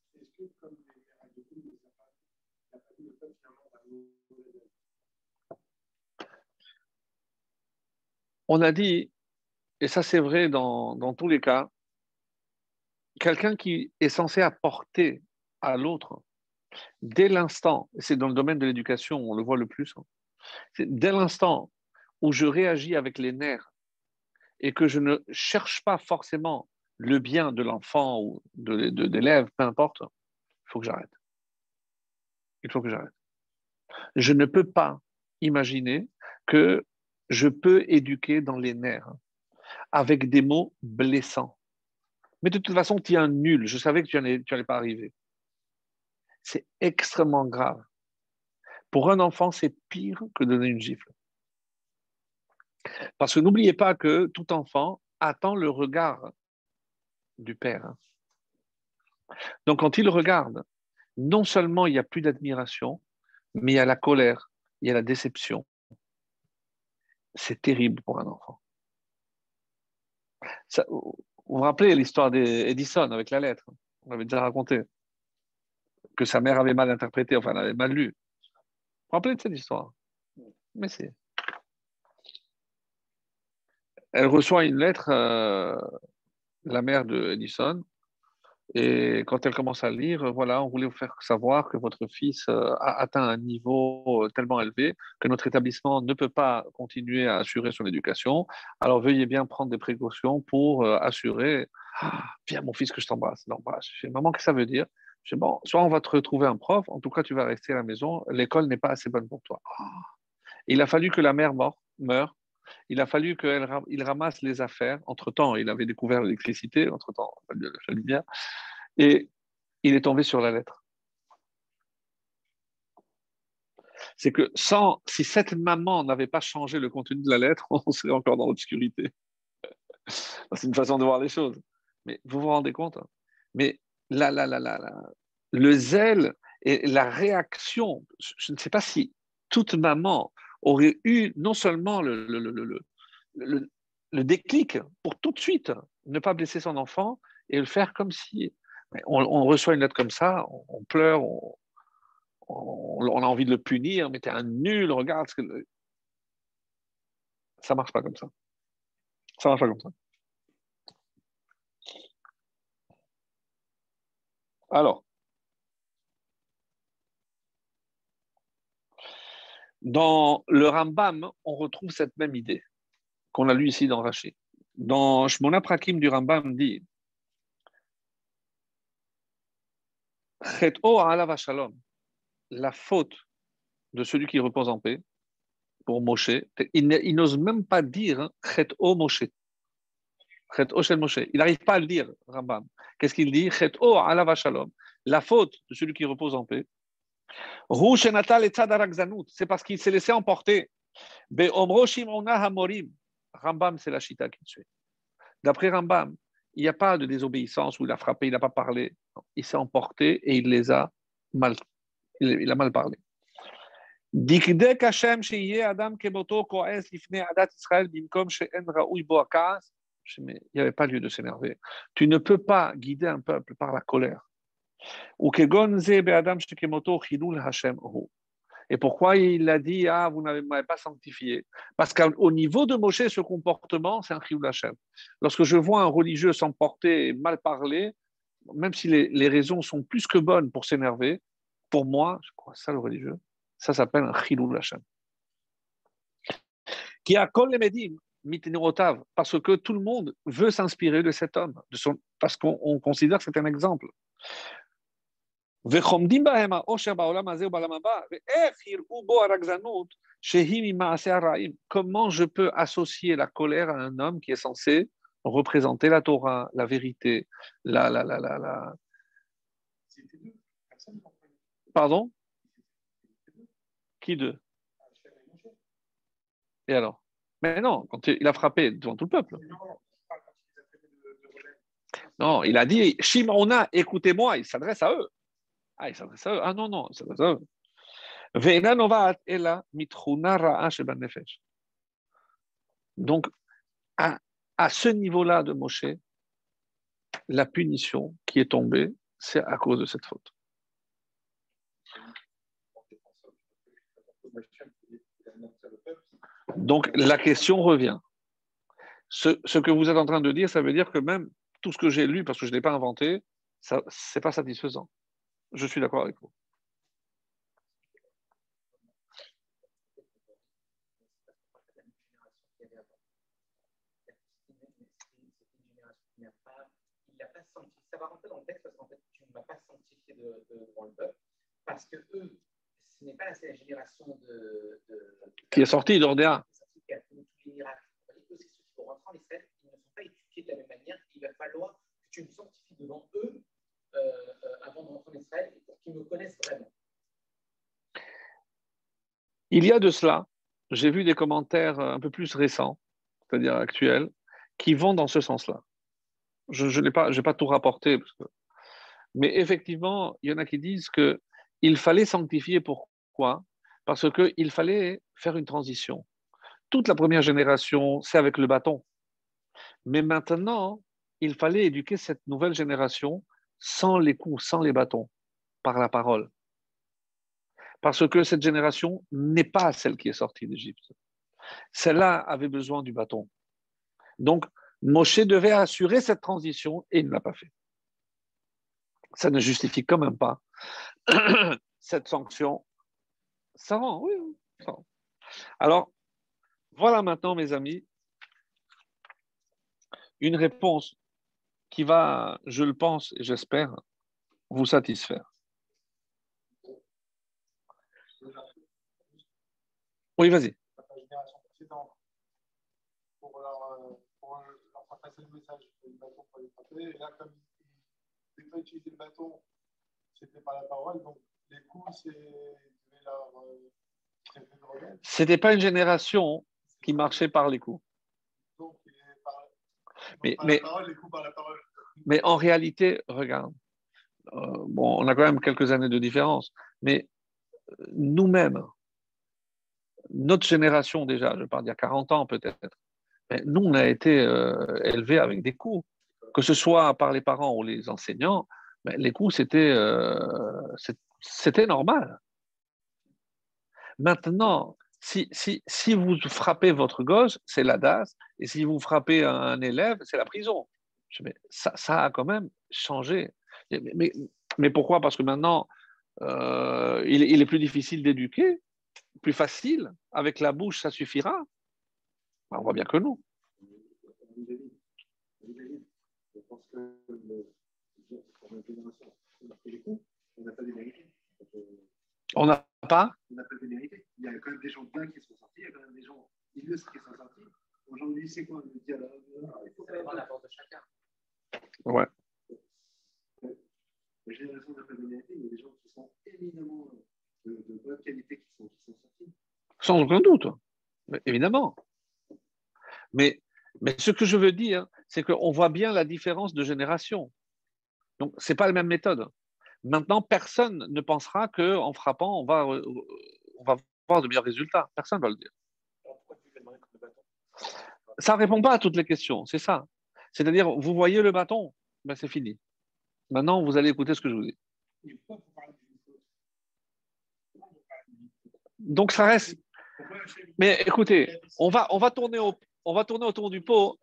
On a dit, et ça c'est vrai dans, dans tous les cas, quelqu'un qui est censé apporter à l'autre, dès l'instant, c'est dans le domaine de l'éducation, on le voit le plus, c'est dès l'instant où je réagis avec les nerfs et que je ne cherche pas forcément le bien de l'enfant ou de, de, de l'élève, peu importe, il faut que j'arrête. Il faut que j'arrête. Je ne peux pas imaginer que je peux éduquer dans les nerfs avec des mots blessants. Mais de toute façon, tu es un nul. Je savais que tu n'allais pas arriver. C'est extrêmement grave. Pour un enfant, c'est pire que de donner une gifle. Parce que n'oubliez pas que tout enfant attend le regard du père. Donc quand il regarde, non seulement il n'y a plus d'admiration, mais il y a la colère, il y a la déception. C'est terrible pour un enfant. Ça, vous vous rappelez l'histoire d'Edison avec la lettre? On l'avait déjà raconté. Que sa mère avait mal interprété, enfin, elle avait mal lu. Vous vous rappelez de cette histoire? Mais c'est. Elle reçoit une lettre, euh, la mère de Edison, Et quand elle commence à lire, voilà, on voulait vous faire savoir que votre fils euh, a atteint un niveau euh, tellement élevé que notre établissement ne peut pas continuer à assurer son éducation. Alors veuillez bien prendre des précautions pour euh, assurer. Ah, viens, mon fils, que je t'embrasse. L'embrasse. Je fais, maman, qu'est-ce que ça veut dire? Je dis, bon, soit on va te retrouver un prof, en tout cas, tu vas rester à la maison. L'école n'est pas assez bonne pour toi. Ah. Il a fallu que la mère meure. meure. Il a fallu qu'il ramasse les affaires. Entre-temps, il avait découvert l'électricité. Entre-temps, la lumière. Et il est tombé sur la lettre. C'est que sans, si cette maman n'avait pas changé le contenu de la lettre, on serait encore dans l'obscurité. C'est une façon de voir les choses. Mais vous vous rendez compte, hein? Mais là, là, là, là, là, le zèle et la réaction, je ne sais pas si toute maman aurait eu non seulement le, le, le, le, le, le déclic pour tout de suite ne pas blesser son enfant et le faire comme si on, on reçoit une lettre comme ça, on, on pleure, on, on, on, a envie de le punir, mais t'es un nul, regarde. Ce que... Ça marche pas comme ça. Ça marche pas comme ça. Alors, dans le Rambam, on retrouve cette même idée qu'on a lu ici dans Rashi. Dans Shmona Prakim du Rambam dit Chet'o alav shalom, la faute de celui qui repose en paix, pour Moshe, il, il n'ose même pas dire Chet'o Moshe. Chet'o shel Moshe. Il n'arrive pas à le dire, Rambam. Qu'est-ce qu'il dit? Chet'o alav shalom, la faute de celui qui repose en paix. Hu shenatal etzad harakzanut, c'est parce qu'il s'est laissé emporter. Be'omro shimona hamorim. Rambam, c'est la chita qui tue. D'après Rambam, il n'y a pas de désobéissance où il a frappé, il n'a pas parlé. Non, il s'est emporté et il les a mal, il a mal parlé. Dikdek Hashem sheyeh adam kemoto ko'es lifnei adat Israël bimkom she'en ra'uy bo ha'ka'as. Il n'y avait pas lieu de s'énerver. Tu ne peux pas guider un peuple par la colère. Ou kegon ze be'adam shekemoto chilul Hashem hu. Et pourquoi il a dit, ah, vous n'avez pas sanctifié? Parce qu'au niveau de Moshe, ce comportement, c'est un chilul Hashem. Lorsque je vois un religieux s'emporter et mal parler, même si les, les raisons sont plus que bonnes pour s'énerver, pour moi, je crois ça le religieux, ça s'appelle un chilul Hashem. Qui a kol lemedim mitnerotav, parce que tout le monde veut s'inspirer de cet homme, de son, parce qu'on on considère que c'est un exemple. Comment je peux associer la colère à un homme qui est censé représenter la Torah, la vérité, la, la, la, la, la... Pardon? Qui deux? Et alors? Mais non, quand il a frappé devant tout le peuple. Non, il a dit, Shimona, écoutez-moi, il s'adresse à eux. Ah, il s'adresse à eux. Ah non, non, il s'adresse à eux. Donc, à, à ce niveau-là de Moshe, la punition qui est tombée, c'est à cause de cette faute. Donc, la question revient. Ce, ce que vous êtes en train de dire, ça veut dire que même tout ce que j'ai lu, parce que je ne l'ai pas inventé, ce n'est pas satisfaisant. Je suis d'accord avec vous. Ça va rentrer dans le texte parce qu'en fait, tu ne m'as pas sanctifié de, de, devant le peuple, parce que eux, ce n'est pas la seule génération de, de, de qui est sortie d'Ordéa. Qui a connu tous les miracles. Eux, c'est ceux qui vont rentrer en Israël, ils ne sont pas éduqués de la même manière. Il va falloir que tu me sanctifies devant eux euh, euh, avant de rentrer en Israël pour qu'ils me connaissent vraiment. Il y a de cela, j'ai vu des commentaires un peu plus récents, c'est-à-dire actuels, qui vont dans ce sens-là. Je n'ai pas, pas tout rapporté, parce que... mais effectivement, il y en a qui disent qu'il fallait sanctifier. Pourquoi? Parce qu'il fallait faire une transition. Toute la première génération, c'est avec le bâton. Mais maintenant, il fallait éduquer cette nouvelle génération sans les coups, sans les bâtons, par la parole. Parce que cette génération n'est pas celle qui est sortie d'Égypte. Celle-là avait besoin du bâton. Donc, Moshe devait assurer cette transition et il ne l'a pas fait. ça ne justifie quand même pas cette sanction. Ça rend, oui, ça rend. Alors, voilà maintenant, mes amis, une réponse qui va, je le pense et j'espère, vous satisfaire. Oui, vas-y. La génération précédente, pour leur, euh, pour leur faire passer le message, il le bâton pour les frapper. Et là, comme ils n'avaient pas utilisé le bâton, c'était par la parole. Donc, les coups, c'est devait leur euh, traiter de rebelle. C'était pas une génération qui marchait par les coups. Donc, par, mais, par mais, la parole, les coups par la parole. Mais en réalité, regarde, euh, bon, on a quand même quelques années de différence, mais nous-mêmes, notre génération déjà, je parle d'il y a quarante ans peut-être, mais nous, on a été euh, élevés avec des coups, que ce soit par les parents ou les enseignants, mais les coups, c'était, euh, c'était normal. Maintenant, si, si, si vous frappez votre gosse, c'est la D A S, et si vous frappez un élève, c'est la prison. Mais ça, ça a quand même changé. Mais, mais, mais pourquoi? Parce que maintenant, euh, il, il est plus difficile d'éduquer, plus facile. Avec la bouche, ça suffira. On voit bien que non. Je pense que on n'a pas des vérités. On n'a pas On n'a pas de vérité. Il y a quand même des gens bien qui sont sortis, il y a quand même des gens illustres qui sont sortis. Aujourd'hui, c'est quoi le dialogue? Il faut faire la force de chacun. Ouais. La génération n'a pas de vérité, il y a des gens qui sont éminemment de, de bonne qualité qui sont, qui sont sortis. Sans aucun doute, mais évidemment. Mais, mais ce que je veux dire, c'est qu'on voit bien la différence de génération. Donc, ce n'est pas la même méthode. Maintenant, personne ne pensera qu'en frappant, on va, on va avoir de meilleurs résultats. Personne ne va le dire. Ça ne répond pas à toutes les questions, c'est ça. C'est-à-dire, vous voyez le bâton, ben c'est fini. Maintenant, vous allez écouter ce que je vous dis. Donc, ça reste. Mais écoutez, on va, on va, tourner, au, on va tourner autour du pot.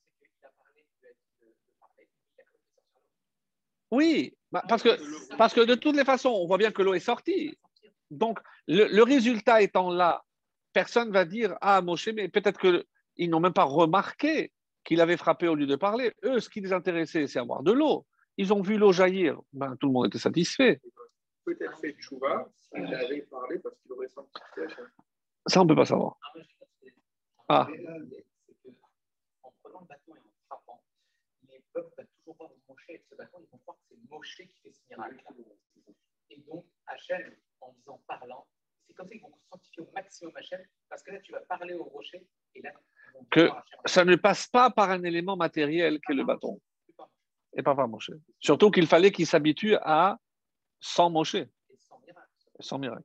Oui, parce que, parce que de toutes les façons, on voit bien que l'eau est sortie. Donc, le, le résultat étant là, personne ne va dire « Ah, Moshe, mais peut-être qu'ils n'ont même pas remarqué qu'il avait frappé au lieu de parler. » Eux, ce qui les intéressait, c'est avoir de l'eau. Ils ont vu l'eau jaillir. Ben, tout le monde était satisfait. Peut-être fait Tchouva, il avait parlé parce qu'il aurait senti. Ça, on ne peut pas savoir. Ah. En prenant le bâton et en frappant, les peuples vont toujours voir Moshe avec ce bâton, ils vont croire que c'est Moshe qui fait ce miracle. Et donc, Hachem, en disant parlant, c'est comme ça qu'ils vont sanctifier au maximum Hachem, parce que là, tu vas parler au rocher, et là, ils vont que ça ne passe pas par un élément matériel qui est le bâton, et pas par Moshe. Surtout qu'il fallait qu'il s'habitue à sans Moshe. Et sans miracle. Sans miracle.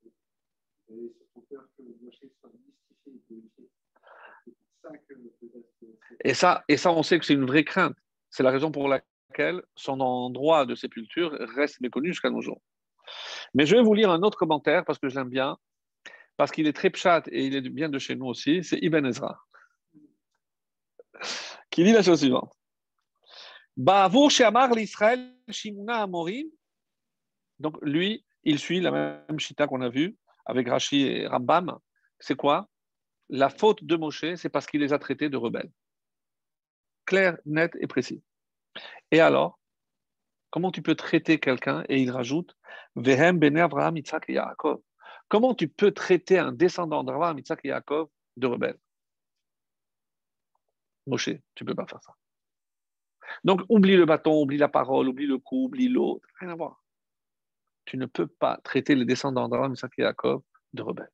Et ça, et ça, on sait que c'est une vraie crainte. C'est la raison pour laquelle son endroit de sépulture reste méconnu jusqu'à nos jours. Mais je vais vous lire un autre commentaire parce que je l'aime bien, parce qu'il est très pshat et il est bien de chez nous aussi. C'est Ibn Ezra qui dit la chose suivante. Ba'avour she'amar l'Israël shimuna amorim. Donc lui, il suit la même chita qu'on a vue avec Rashi et Rambam. C'est quoi? La faute de Moshe, c'est parce qu'il les a traités de rebelles. Clair, net et précis. Et alors, comment tu peux traiter quelqu'un? Et il rajoute, Vehem bene Avraham, Yitzhak et Yaakov. Comment tu peux traiter un descendant d'Avraham, Yitzhak et Yaakov de rebelle? Moshe, tu ne peux pas faire ça. Donc, oublie le bâton, oublie la parole, oublie le coup, oublie l'autre, rien à voir. Tu ne peux pas traiter les descendants d'Avraham, Yitzhak et Yaakov de rebelles.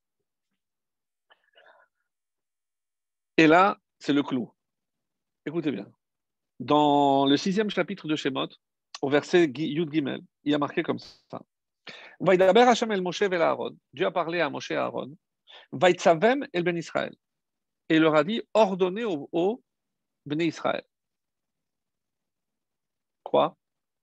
Et là, c'est le clou. Écoutez bien. Dans le sixième chapitre de Shemot, au verset Yud Gimel, il y a marqué comme ça. Vaidaber Hashem el Moshe vel Aaron. Dieu a parlé à Moshe et à Aaron. Vaitzavem el ben Israël. Et il leur a dit, ordonnez au, au ben Israël. Quoi?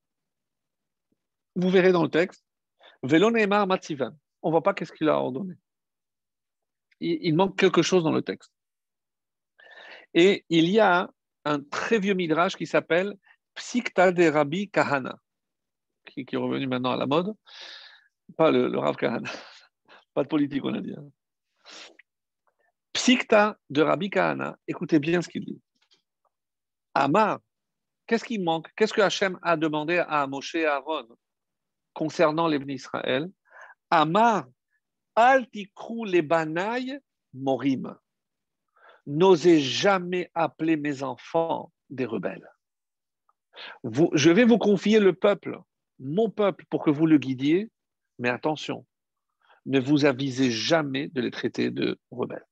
Vous verrez dans le texte. Velo neemar matzivem. On ne voit pas qu'est-ce qu'il a ordonné. Il, il manque quelque chose dans le texte. Et il y a un très vieux midrash qui s'appelle Psikta de Rabbi Kahana. qui, qui est revenu maintenant à la mode, pas le, le Rav Kahana, pas de politique, on a dit. Hein. Psikta de Rabbi Kahana, écoutez bien ce qu'il dit. Amar, qu'est-ce qui manque? Qu'est-ce que Hachem a demandé à Moshe et à Aaron concernant les bénis Israël? Amar, al tikrou les banaï morim. N'osez jamais appeler mes enfants des rebelles. Vous, je vais vous confier le peuple, mon peuple, pour que vous le guidiez, mais attention, ne vous avisez jamais de les traiter de rebelles.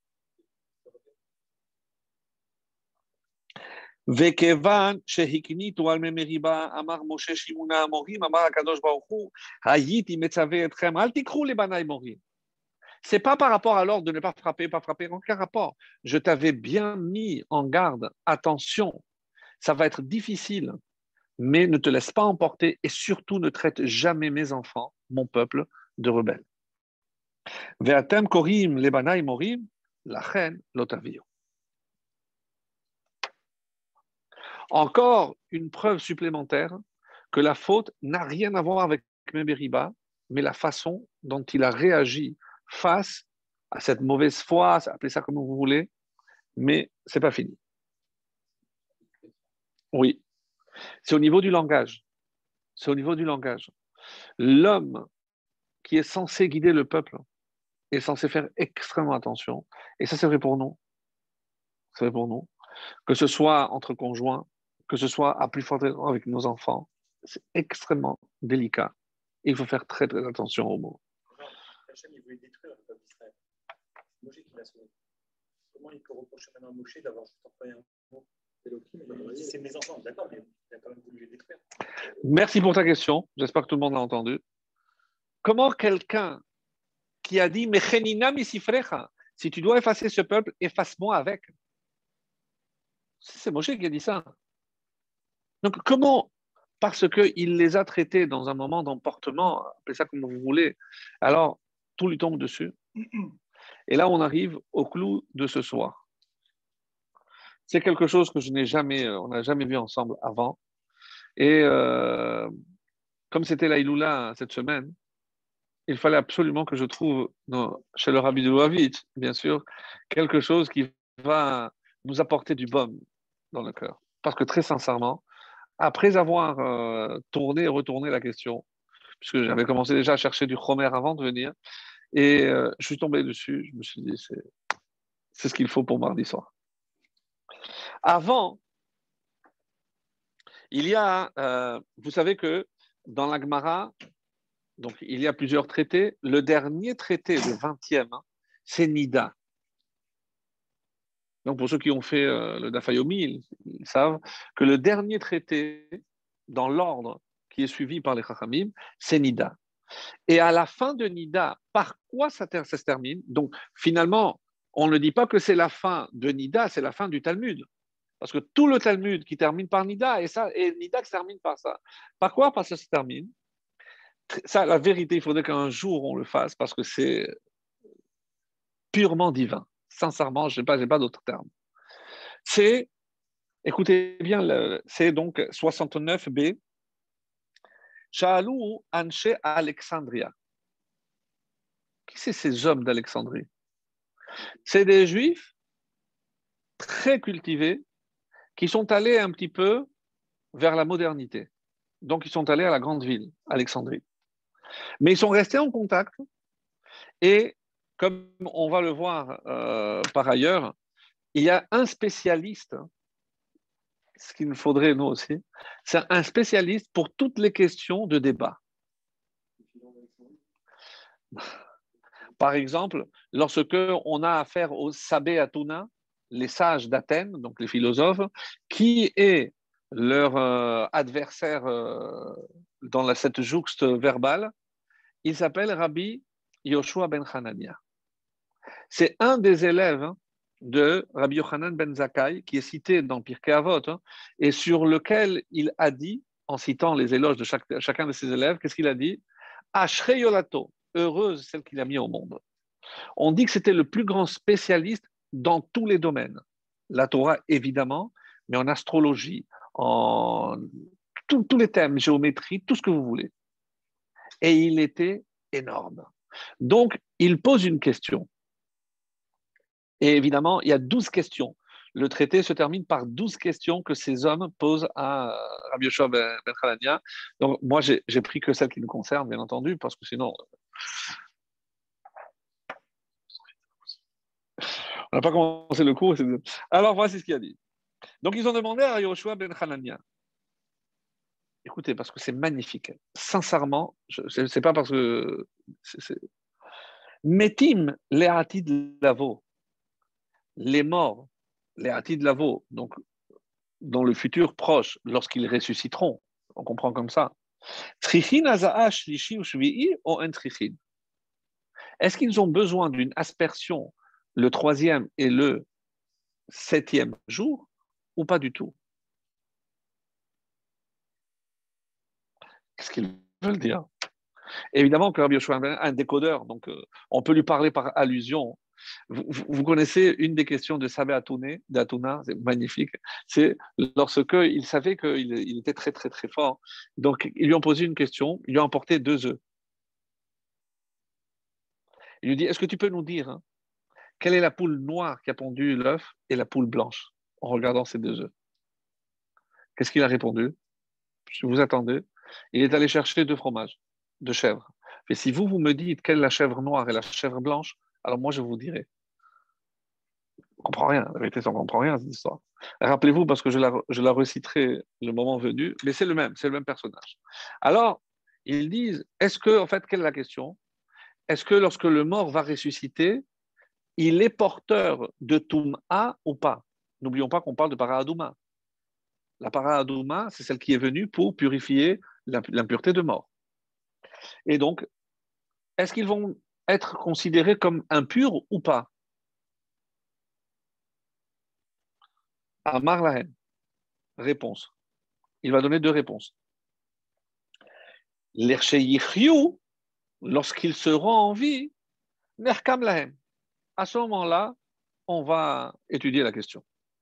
וכיוון שהקניתו על מי מריבה, אמר משה שמונה המורים, אמר הקדוש ברוך הוא, הייתי מצווה אתכם, אל תיקחו לבניי מורים. C'est pas par rapport à l'ordre de ne pas frapper, pas frapper, aucun rapport. Je t'avais bien mis en garde, attention, ça va être difficile, mais ne te laisse pas emporter et surtout ne traite jamais mes enfants, mon peuple, de rebelles. Ve'atem korim lebanaï morim, lachen lo taviu. Encore une preuve supplémentaire que la faute n'a rien à voir avec Meberiba, mais la façon dont il a réagi face à cette mauvaise foi, appelez ça comme vous voulez, mais c'est pas fini. Oui, c'est au niveau du langage. C'est au niveau du langage. L'homme qui est censé guider le peuple est censé faire extrêmement attention. Et ça, c'est vrai pour nous. C'est vrai pour nous. Que ce soit entre conjoints, que ce soit à plus forte raison avec nos enfants, c'est extrêmement délicat. Et il faut faire très, très attention aux mots. Hachem, il voulait détruire le peuple d'Israël. C'est Moshe qui l'a sauvé. Comment il peut reprocher maintenant à Moshe d'avoir juste employé un mot Elohim? C'est mes enfants, d'accord, mais il a quand même voulu les détruire. Merci pour ta question. J'espère que tout le monde l'a entendu. Comment quelqu'un qui a dit Mechenina misifrecha, si tu dois effacer ce peuple, efface-moi avec. C'est Moshe qui a dit ça. Donc, comment? Parce qu'il les a traités dans un moment d'emportement, appelez ça comme vous voulez, alors tout lui tombe dessus. Et là, on arrive au clou de ce soir. C'est quelque chose que je n'ai jamais, on n'a jamais vu ensemble avant. Et euh, comme c'était la Iloula cette semaine, il fallait absolument que je trouve dans, chez le Rabbi de Louavitch, bien sûr, quelque chose qui va nous apporter du baume dans le cœur. Parce que très sincèrement, après avoir euh, tourné et retourné la question, puisque j'avais commencé déjà à chercher du Chomer avant de venir, et euh, je suis tombé dessus, je me suis dit, c'est, c'est ce qu'il faut pour mardi soir. Avant, il y a, euh, vous savez que dans la Gemara, donc il y a plusieurs traités, le dernier traité, le vingtième, hein, c'est Nida. Donc, pour ceux qui ont fait euh, le Dafayomi, ils, ils savent que le dernier traité, dans l'ordre qui est suivi par les Chachamim, c'est Nida. Et à la fin de Nida, par quoi ça, ter- ça se termine? Donc, finalement, on ne dit pas que c'est la fin de Nida, c'est la fin du Talmud. Parce que tout le Talmud qui termine par Nida, et, ça, et Nida qui se termine par ça. Par quoi? Parce que ça se termine. Ça, la vérité, il faudrait qu'un jour on le fasse, parce que c'est purement divin. Sincèrement, je n'ai pas, j'ai pas d'autre terme. C'est, écoutez bien, le, c'est donc soixante-neuf b. Sha'alou Anshe Alexandria. Qui c'est ces hommes d'Alexandrie? C'est des juifs très cultivés qui sont allés un petit peu vers la modernité. Donc, ils sont allés à la grande ville, Alexandrie. Mais ils sont restés en contact et comme on va le voir euh, par ailleurs, il y a un spécialiste, ce qu'il nous faudrait nous aussi, c'est un spécialiste pour toutes les questions de débat. Par exemple, lorsque on a affaire aux Sabé Atuna, les sages d'Athènes, donc les philosophes, qui est leur euh, adversaire euh, dans la, cette jouxte verbale, il s'appelle Rabbi Yoshua ben Hanania. C'est un des élèves de Rabbi Yochanan ben Zakkai, qui est cité dans Pirkei Avot, hein, et sur lequel il a dit, en citant les éloges de chaque, chacun de ses élèves, qu'est-ce qu'il a dit? Ashrei Yolato, heureuse celle qu'il a mis au monde. On dit que c'était le plus grand spécialiste dans tous les domaines. La Torah, évidemment, mais en astrologie, en tous tous les thèmes, géométrie, tout ce que vous voulez. Et il était énorme. Donc, il pose une question. Et évidemment, il y a douze questions. Le traité se termine par douze questions que ces hommes posent à Rabbi Yoshua ben ben Hanania. Donc, moi, j'ai, j'ai pris que celles qui nous concernent, bien entendu, parce que sinon, on n'a pas commencé le cours. Alors, voici ce qu'il a dit. Donc, ils ont demandé à Yoshua ben Hanania. Écoutez, parce que c'est magnifique. Sincèrement, ce n'est pas parce que... C'est, c'est... Metim le'atid lavo. Les morts, le'atid lavo, donc dans le futur proche, lorsqu'ils ressusciteront, on comprend comme ça. Trichin azaa shlishi ou shvi'i ou un trichin. Est-ce qu'ils ont besoin d'une aspersion le troisième et le septième jour ou pas du tout? Qu'est-ce qu'ils veulent dire? Évidemment que Rabbi Yoshua a un décodeur, donc euh, on peut lui parler par allusion. Vous, vous connaissez une des questions de Sabé Atouné, d'Atouna, c'est magnifique. C'est lorsque il savait qu'il il était très très très fort. Donc ils lui ont posé une question, ils lui ont apporté deux œufs. Il lui dit, est-ce que tu peux nous dire hein, quelle est la poule noire qui a pondu l'œuf et la poule blanche en regardant ces deux œufs? Qu'est-ce qu'il a répondu? Si vous attendez, il est allé chercher deux fromages, deux chèvres. Mais si vous, vous me dites quelle est la chèvre noire et la chèvre blanche, alors moi je vous dirai. On ne comprend rien, la vérité, on ne comprend rien à cette histoire. Rappelez-vous, parce que je la, je la reciterai le moment venu, mais c'est le même, c'est le même personnage. Alors, ils disent, est-ce que, en fait, quelle est la question? Est-ce que lorsque le mort va ressusciter, il est porteur de Toum'a ou pas? N'oublions pas qu'on parle de Paradouma. La Paradouma, c'est celle qui est venue pour purifier l'impureté de mort. Et donc, est-ce qu'ils vont être considérés comme impurs ou pas? Amar Lahem. Réponse. Il va donner deux réponses. L'Ercheyichriou, lorsqu'ils seront en vie, Nerkam Lahem. À ce moment-là, on va étudier la question.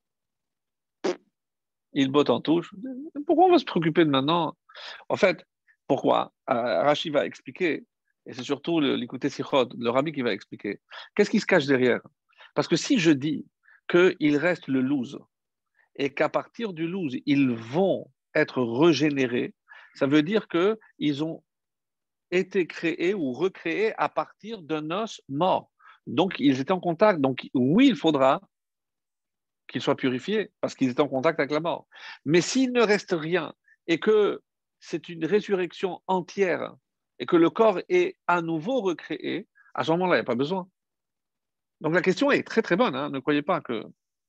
Il botte en touche. Pourquoi on va se préoccuper de maintenant? En fait, pourquoi? Rashi va expliquer, et c'est surtout l'écouter Sichod, le rabbi qui va expliquer. Qu'est-ce qui se cache derrière? Parce que si je dis qu'il reste le loose, et qu'à partir du loose, ils vont être régénérés, ça veut dire qu'ils ont été créés ou recréés à partir d'un os mort. Donc, ils étaient en contact. Donc, oui, il faudra qu'ils soient purifiés parce qu'ils étaient en contact avec la mort. Mais s'il ne reste rien et que c'est une résurrection entière et que le corps est à nouveau recréé, à ce moment-là, il n'y a pas besoin. Donc, la question est très, très bonne. Hein. Ne croyez pas que...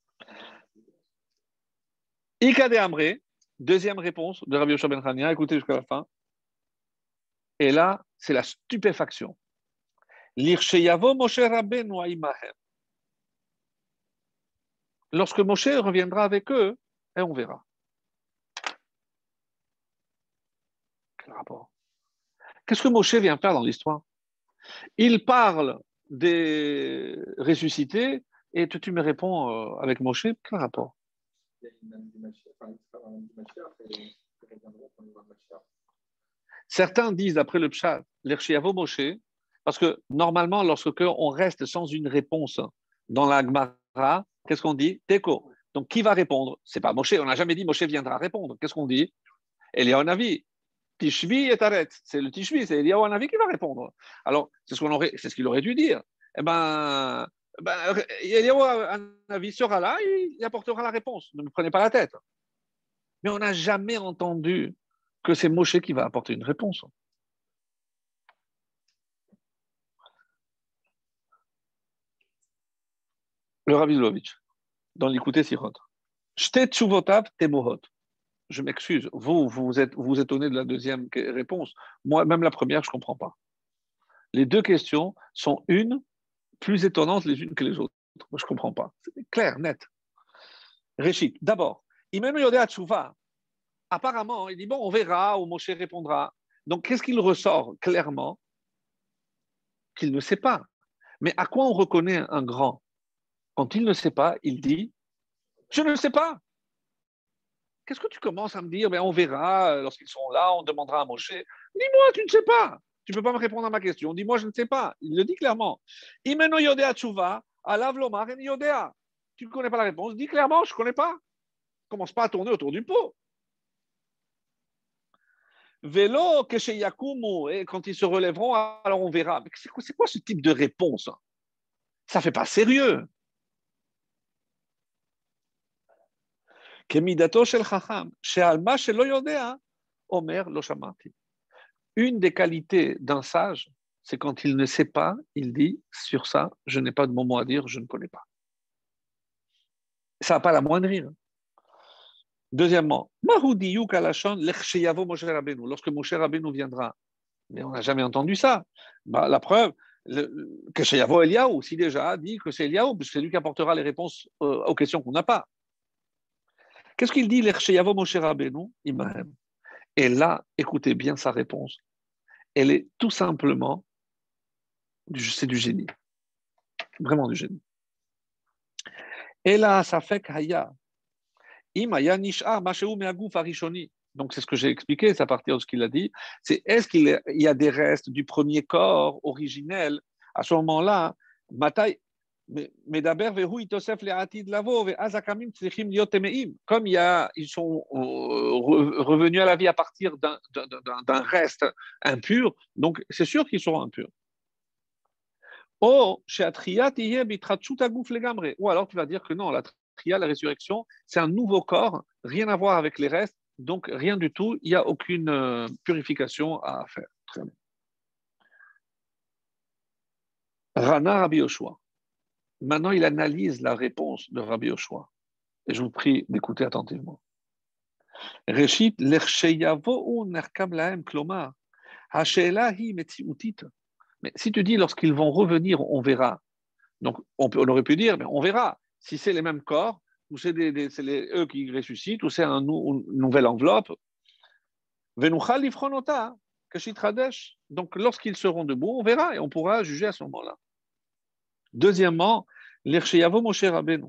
Ikade Amré, deuxième réponse de Rabbi Yoshua ben Hanania, écoutez jusqu'à la fin. Et là, c'est la stupéfaction. L'Irsheyavo Moshe Rabbeinu Aimahem. Lorsque Moshe reviendra avec eux, et on verra. Quel rapport? Qu'est-ce que Moshe vient faire dans l'histoire? Il parle des ressuscités et tu, tu me réponds euh, avec Moshe, quel rapport? Certains disent, d'après le Pshat, l'Erchiavo Moshe, parce que normalement, lorsque on reste sans une réponse dans la Gemara, qu'est-ce qu'on dit? Teko. Donc, qui va répondre? C'est pas Moshe. On n'a jamais dit Moshe viendra répondre. Qu'est-ce qu'on dit? Eliyahu Navi. Tishvi et Taret. C'est le Tishvi, c'est Eliyahu Navi qui va répondre. Alors, c'est ce qu'on aurait, c'est ce qu'il aurait dû dire. Eh ben, ben Eliyahu Navi sera là, il, il apportera la réponse. Ne me prenez pas la tête. Mais on n'a jamais entendu que c'est Moshe qui va apporter une réponse. Le Rabbi Zlovitch, dans l'écouter Sirot. Shte tsuvotav temohot. Je m'excuse, vous, vous êtes, vous vous étonnez de la deuxième réponse. Moi, même la première, je ne comprends pas. Les deux questions sont une plus étonnantes les unes que les autres. Moi, je ne comprends pas. C'est clair, net. Réchit, d'abord, Imenu Yodea Tsuva. Apparemment, il dit, bon, on verra, ou Moshe répondra. Donc, qu'est-ce qu'il ressort clairement? Qu'il ne sait pas. Mais à quoi on reconnaît un grand? Quand il ne sait pas, il dit, je ne sais pas. Qu'est-ce que tu commences à me dire? Ben, on verra lorsqu'ils seront là, on demandera à Moshe. Dis-moi, tu ne sais pas. Tu ne peux pas me répondre à ma question. Dis-moi, je ne sais pas. Il le dit clairement. Imeno yodea tchouva, alav lomar en yodea. Tu ne connais pas la réponse. Dis clairement, je ne connais pas. Commence pas à tourner autour du pot. Vélo, que chez Yakumu, et quand ils se relèveront, alors on verra. Mais c'est quoi, c'est quoi ce type de réponse? Ça ne fait pas sérieux. Kemidato shel chacham, she'alma shelo yodea, omer lo shamati. Une des qualités d'un sage, c'est quand il ne sait pas, il dit, sur ça, je n'ai pas de mot à dire, je ne connais pas. Ça n'a pas la moindre rire. Deuxièmement, lorsque Moshe Rabbeinu viendra, mais on n'a jamais entendu ça. Bah, la preuve, le, que c'est Yavo Eliaou, si déjà dit que c'est Eliaou, parce que c'est lui qui apportera les réponses euh, aux questions qu'on n'a pas. Qu'est-ce qu'il dit, l'Echeyavo Moshe Rabbeinu, Imahem? Et là, écoutez bien sa réponse. Elle est tout simplement, c'est du génie. Vraiment du génie. Et là, ça fait qu'Haya, Imaya Nish'a, Mashéou Meagouf Arishoni. Donc, c'est ce que j'ai expliqué, c'est à partir de ce qu'il a dit. C'est est-ce qu'il y a des restes du premier corps originel? À ce moment-là, Matai, Medaber vehu itosef le'atid lavo ve'azakamim tzrichim liot temeim. Comme il y a, ils sont revenus à la vie à partir d'un, d'un, d'un reste impur, donc c'est sûr qu'ils seront impurs. Ou alors tu vas dire que non, la tria, la résurrection, c'est un nouveau corps, rien à voir avec les restes, donc rien du tout, il n'y a aucune euh, purification à faire. Très bien. Rana Rabbi Yoshua. Maintenant, il analyse la réponse de Rabbi Yoshua. Et je vous prie d'écouter attentivement. Reshit, l'ersheyavo nerkam lahem klomar. Hasheela hi metziutit. Mais si tu dis lorsqu'ils vont revenir, on verra. Donc, on, peut, on aurait pu dire, mais on verra. Si c'est les mêmes corps, ou c'est, des, des, c'est les, eux qui ressuscitent, ou c'est un, une nouvelle enveloppe. Venuchal lifronota, kashitradesh. Donc, lorsqu'ils seront debout, on verra et on pourra juger à ce moment-là. Deuxièmement, l'Ersheyavo Moshe Rabbeinu.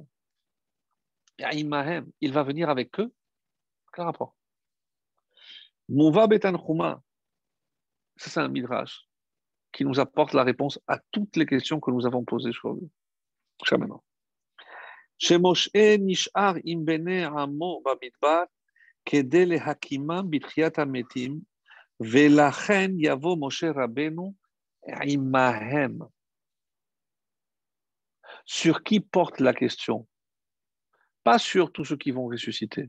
Il va venir avec eux. Quel rapport? Mouva betan chuma. Ça, c'est un midrash qui nous apporte la réponse à toutes les questions que nous avons posées sur lui. Jusqu'à maintenant. Chez Moshe nishar im bene amo bamidbar kede lehakimam bitchiat hametim velachen yavo Moshe Rabbeinu imahem. Sur qui porte la question? Pas sur tous ceux qui vont ressusciter.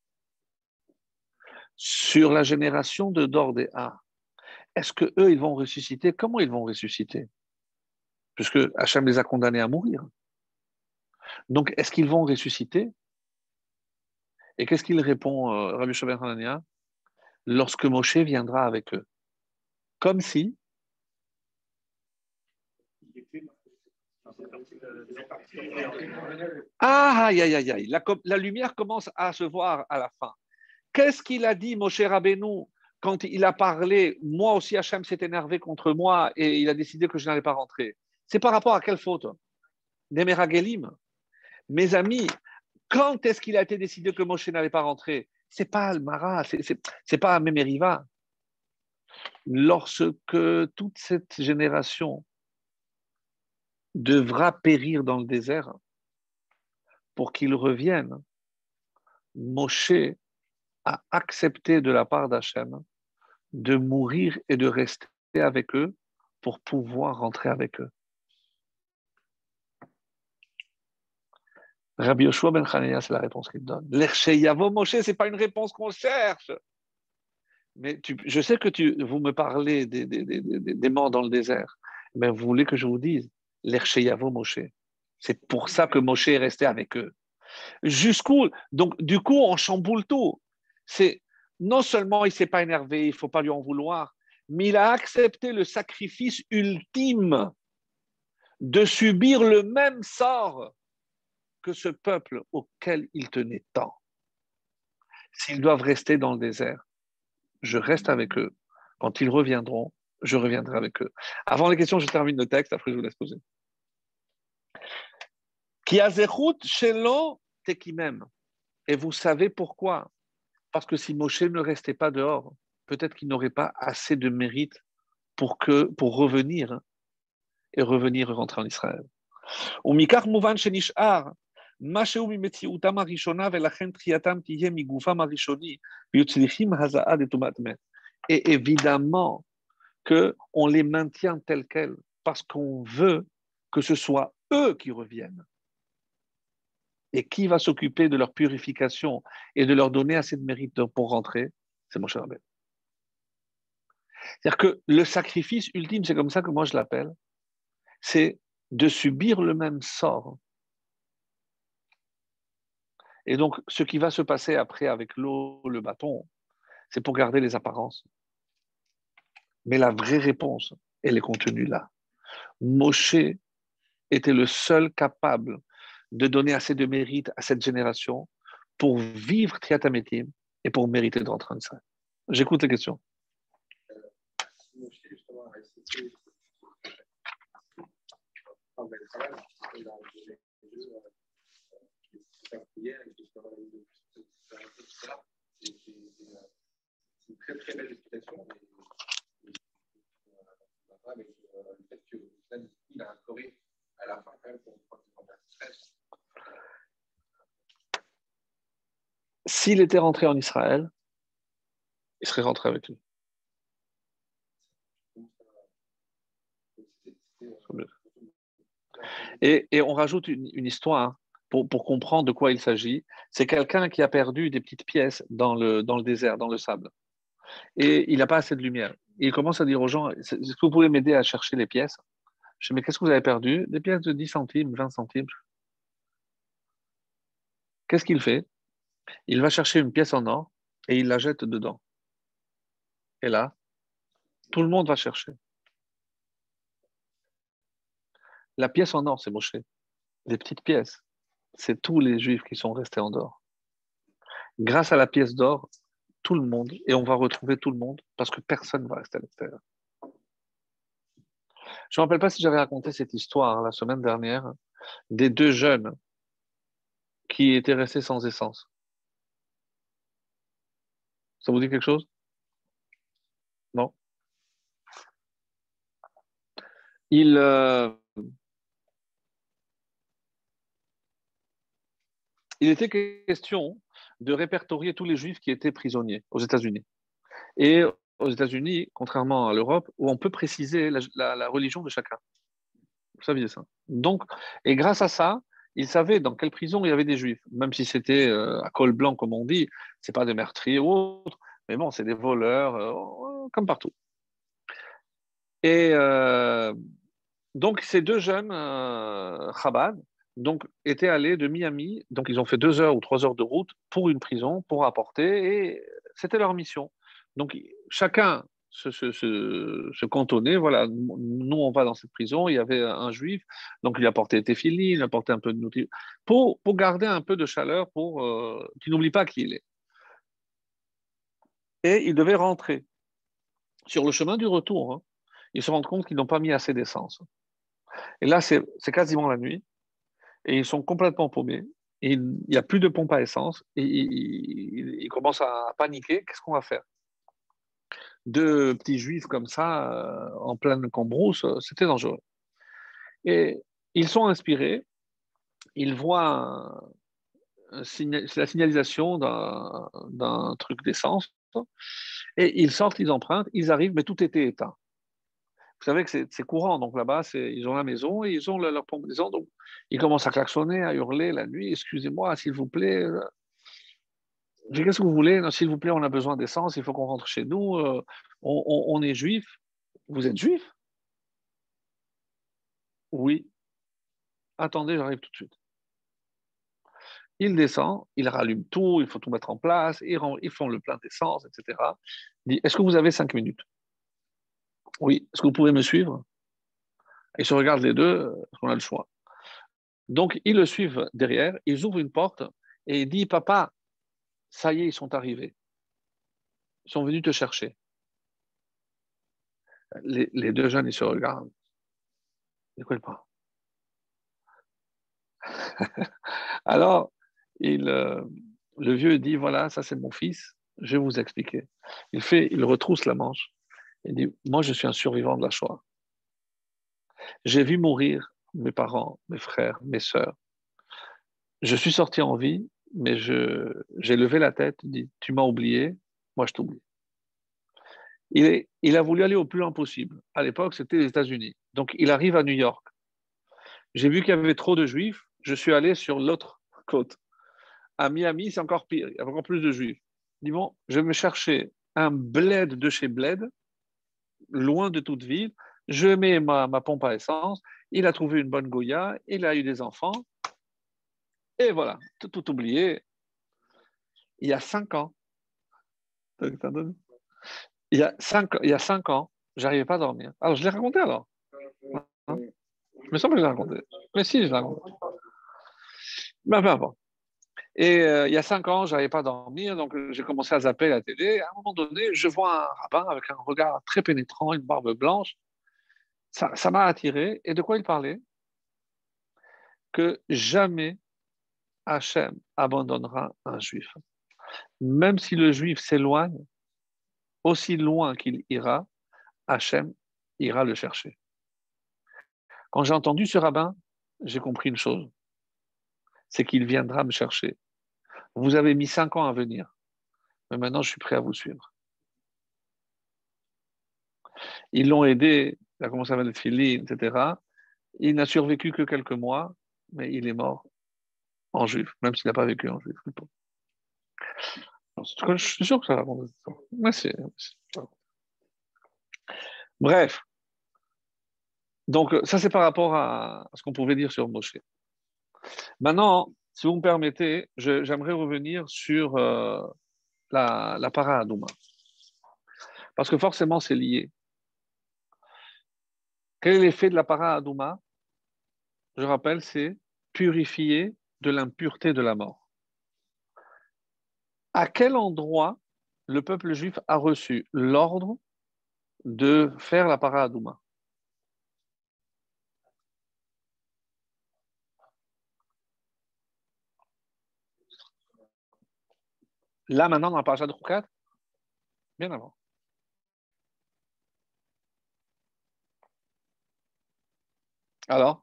Sur la génération de Dordéa. Est-ce qu'eux, ils vont ressusciter? Comment ils vont ressusciter? Puisque Hachem les a condamnés à mourir. Donc, est-ce qu'ils vont ressusciter? Et qu'est-ce qu'il répond, euh, Rabbi Shomer Hanania? Lorsque Moshe viendra avec eux. Comme si... Ah, aïe, aïe, aïe, aïe. La, la lumière commence à se voir à la fin. Qu'est-ce qu'il a dit, Moshe Rabbeinu, quand il a parlé? Moi aussi, Hachem s'est énervé contre moi et il a décidé que je n'allais pas rentrer. C'est par rapport à quelle faute? Des Meragelim. Mes amis, quand est-ce qu'il a été décidé que Moshe n'allait pas rentrer? C'est pas Al-Mara, c'est, c'est, c'est pas Memeriva. Lorsque toute cette génération devra périr dans le désert pour qu'il revienne, Moshe a accepté de la part d'Hachem de mourir et de rester avec eux pour pouvoir rentrer avec eux. Rabbi Yoshua ben Chanania, c'est la réponse qu'il donne. L'Ersheyavo Moshe, ce n'est pas une réponse qu'on cherche. Mais tu, je sais que tu, vous me parlez des, des, des, des, des morts dans le désert. Mais vous voulez que je vous dise l'Ersheyavo Moshe. C'est pour ça que Moshe est resté avec eux. Jusqu'où? Donc, du coup, on chamboule tout. C'est, non seulement il ne s'est pas énervé, il ne faut pas lui en vouloir, mais il a accepté le sacrifice ultime de subir le même sort que ce peuple auquel il tenait tant. S'ils doivent rester dans le désert, je reste avec eux. Quand ils reviendront, je reviendrai avec eux. Avant les questions, je termine le texte, après je vous laisse poser. Ki azechut shelo tekimem. Et vous savez pourquoi? Parce que si Moshe ne restait pas dehors, peut-être qu'il n'aurait pas assez de mérite pour, que, pour revenir et revenir et rentrer en Israël. ומכך מובן שנשאר משהו ממציאותם הראשונה ולכן תחייתם תהיה מגופם הראשוני ויהיו צריכים הזעה לטומאת מת. Et évidemment qu'on les maintient tels quels parce qu'on veut que ce soit eux qui reviennent. Et qui va s'occuper de leur purification et de leur donner assez de mérite pour rentrer? C'est Moshe Rabbeinu. C'est-à-dire que le sacrifice ultime, c'est comme ça que moi je l'appelle, c'est de subir le même sort. Et donc, ce qui va se passer après avec l'eau, le bâton, c'est pour garder les apparences. Mais la vraie réponse, elle est contenue là. Moshe était le seul capable de donner assez de mérite à cette génération pour vivre Triat Hametim et pour mériter de rentrer en Israël. J'écoute les questions. C'est une très très belle explication. Avec le fait que il a instauré à la fin quand même pour s'il était rentré en Israël, il serait rentré avec lui. Et, et on rajoute une, une histoire pour, pour comprendre de quoi il s'agit. C'est quelqu'un qui a perdu des petites pièces dans le, dans le désert, dans le sable. Et il n'a pas assez de lumière. Et il commence à dire aux gens, est-ce que vous pouvez m'aider à chercher les pièces? Je dis, mais qu'est-ce que vous avez perdu? Des pièces de dix centimes, vingt centimes. Qu'est-ce qu'il fait? Il va chercher une pièce en or et il la jette dedans. Et là, tout le monde va chercher. La pièce en or, c'est Moshe. Les petites pièces, c'est tous les Juifs qui sont restés en dehors. Grâce à la pièce d'or, tout le monde, et on va retrouver tout le monde, parce que personne ne va rester à l'extérieur. Je ne me rappelle pas si j'avais raconté cette histoire la semaine dernière, des deux jeunes qui étaient restés sans essence. Ça vous dit quelque chose? Non? Il, euh, il était question de répertorier tous les Juifs qui étaient prisonniers aux États-Unis. Et aux États-Unis, contrairement à l'Europe, où on peut préciser la, la, la religion de chacun. Vous saviez ça. Donc, et grâce à ça, ils savaient dans quelle prison il y avait des Juifs, même si c'était euh, à col blanc, comme on dit, c'est pas des meurtriers ou autres, mais bon, c'est des voleurs, euh, comme partout. Et euh, donc, ces deux jeunes, euh, Chabad, donc, étaient allés de Miami, donc ils ont fait deux heures ou trois heures de route pour une prison, pour apporter, et c'était leur mission. Donc, chacun se, se, se, se cantonnait, voilà, nous on va dans cette prison, il y avait un juif, donc il apportait téfili, il apportait un peu de nourriture, pour, pour garder un peu de chaleur, pour euh, qu'il n'oublie pas qui il est. Et ils devaient rentrer. Sur le chemin du retour, hein, ils se rendent compte qu'ils n'ont pas mis assez d'essence. Et là, c'est quasiment la nuit. Et ils sont complètement paumés. Et il n'y a plus de pompe à essence. Et ils, ils commencent à paniquer. Qu'est-ce qu'on va faire? Deux petits juifs comme ça, euh, en pleine cambrousse, c'était dangereux. Et ils sont inspirés. Ils voient un, un signal, la signalisation d'un truc d'essence. Et ils sortent, ils empruntent, ils arrivent, mais tout était éteint. Vous savez que c'est courant, donc là-bas, ils ont la maison et ils ont leur, leur pompe d'essence, donc ils commencent à klaxonner, à hurler la nuit, excusez-moi, s'il vous plaît. Je dis, qu'est-ce que vous voulez? S'il vous plaît, on a besoin d'essence, il faut qu'on rentre chez nous, euh, on, on, on est juif. Vous êtes juif? Oui. Attendez, j'arrive tout de suite. Il descend, il rallume tout, il faut tout mettre en place, ils, ils font le plein d'essence, et cetera. Il dit, est-ce que vous avez cinq minutes? Oui. Est-ce que vous pouvez me suivre? Ils se regardent les deux, parce qu'on a le choix. Donc, ils le suivent derrière, ils ouvrent une porte et il dit, papa, ça y est, ils sont arrivés. Ils sont venus te chercher. Les, les deux jeunes, ils se regardent. De quoi il parle? Alors, il, euh, le vieux dit, voilà, ça c'est mon fils, Je vais vous expliquer. Il fait, il retrousse la manche. Il dit, moi, je suis un survivant de la Shoah. J'ai vu mourir mes parents, mes frères, mes sœurs. Je suis sorti en vie, mais je, j'ai levé la tête, dit, tu m'as oublié, moi je t'oublie. Il, est, il a voulu aller au plus loin possible. À l'époque, c'était les États-Unis. Donc, il arrive à New York. J'ai vu qu'il y avait trop de juifs, je suis allé sur l'autre côte. À Miami, c'est encore pire, il y a encore plus de juifs. Il dit, bon, je vais me chercher un bled de chez bled, loin de toute ville. Je mets ma, ma pompe à essence. Il a trouvé une bonne Goya, il a eu des enfants. Et voilà, tout, tout oublié. Il y a cinq ans, il y a cinq, il y a cinq ans, j'arrivais pas à dormir. Alors, je l'ai raconté alors. Hein, il me semble que je l'ai raconté. Mais si, je l'ai raconté. Mais peu importe. Et euh, il y a cinq ans, je n'arrivais pas à dormir, donc j'ai commencé à zapper la télé. À un moment donné, je vois un rabbin avec un regard très pénétrant, une barbe blanche. Ça, ça m'a attiré. Et de quoi il parlait? Que jamais Hachem abandonnera un juif. Même si le juif s'éloigne, aussi loin qu'il ira, Hachem ira le chercher. Quand j'ai entendu ce rabbin, j'ai compris une chose, c'est qu'il viendra me chercher. Vous avez mis cinq ans à venir, mais maintenant je suis prêt à vous suivre. Ils l'ont aidé, il a commencé à mettre le filin, et cetera. Il n'a survécu que quelques mois, mais il est mort en juif, même s'il n'a pas vécu en juif. Je suis sûr que ça va raconter ça. Merci. Bref, donc ça c'est par rapport à ce qu'on pouvait dire sur Moshe. Maintenant, si vous me permettez, je, j'aimerais revenir sur euh, la, la para Adouma. Parce que forcément c'est lié. Quel est l'effet de la para Adouma? Je rappelle, c'est purifier de l'impureté de la mort. À quel endroit le peuple juif a reçu l'ordre de faire la para Adouma? Là, maintenant, dans la paracha de Chukat, bien avant. Alors,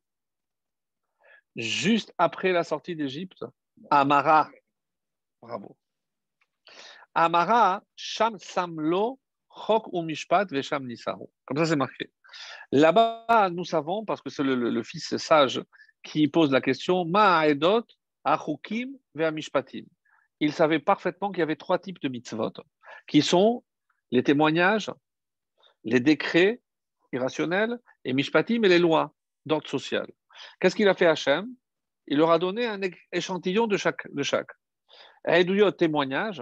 juste après la sortie d'Égypte, Amara, bravo. Amara, Sham Samlo, Chok ou Mishpat, Vesham Nisahu. Comme ça, c'est marqué. Là-bas, nous savons, parce que c'est le, le, le fils sage qui pose la question, Ma'aedot, Achukim, Ve'amishpatim. Il savait parfaitement qu'il y avait trois types de mitzvot, qui sont les témoignages, les décrets irrationnels, et Mishpatim et les lois d'ordre social. Qu'est-ce qu'il a fait Hachem? Il leur a donné un échantillon de chaque. De chaque. Aïdouyot, témoignage,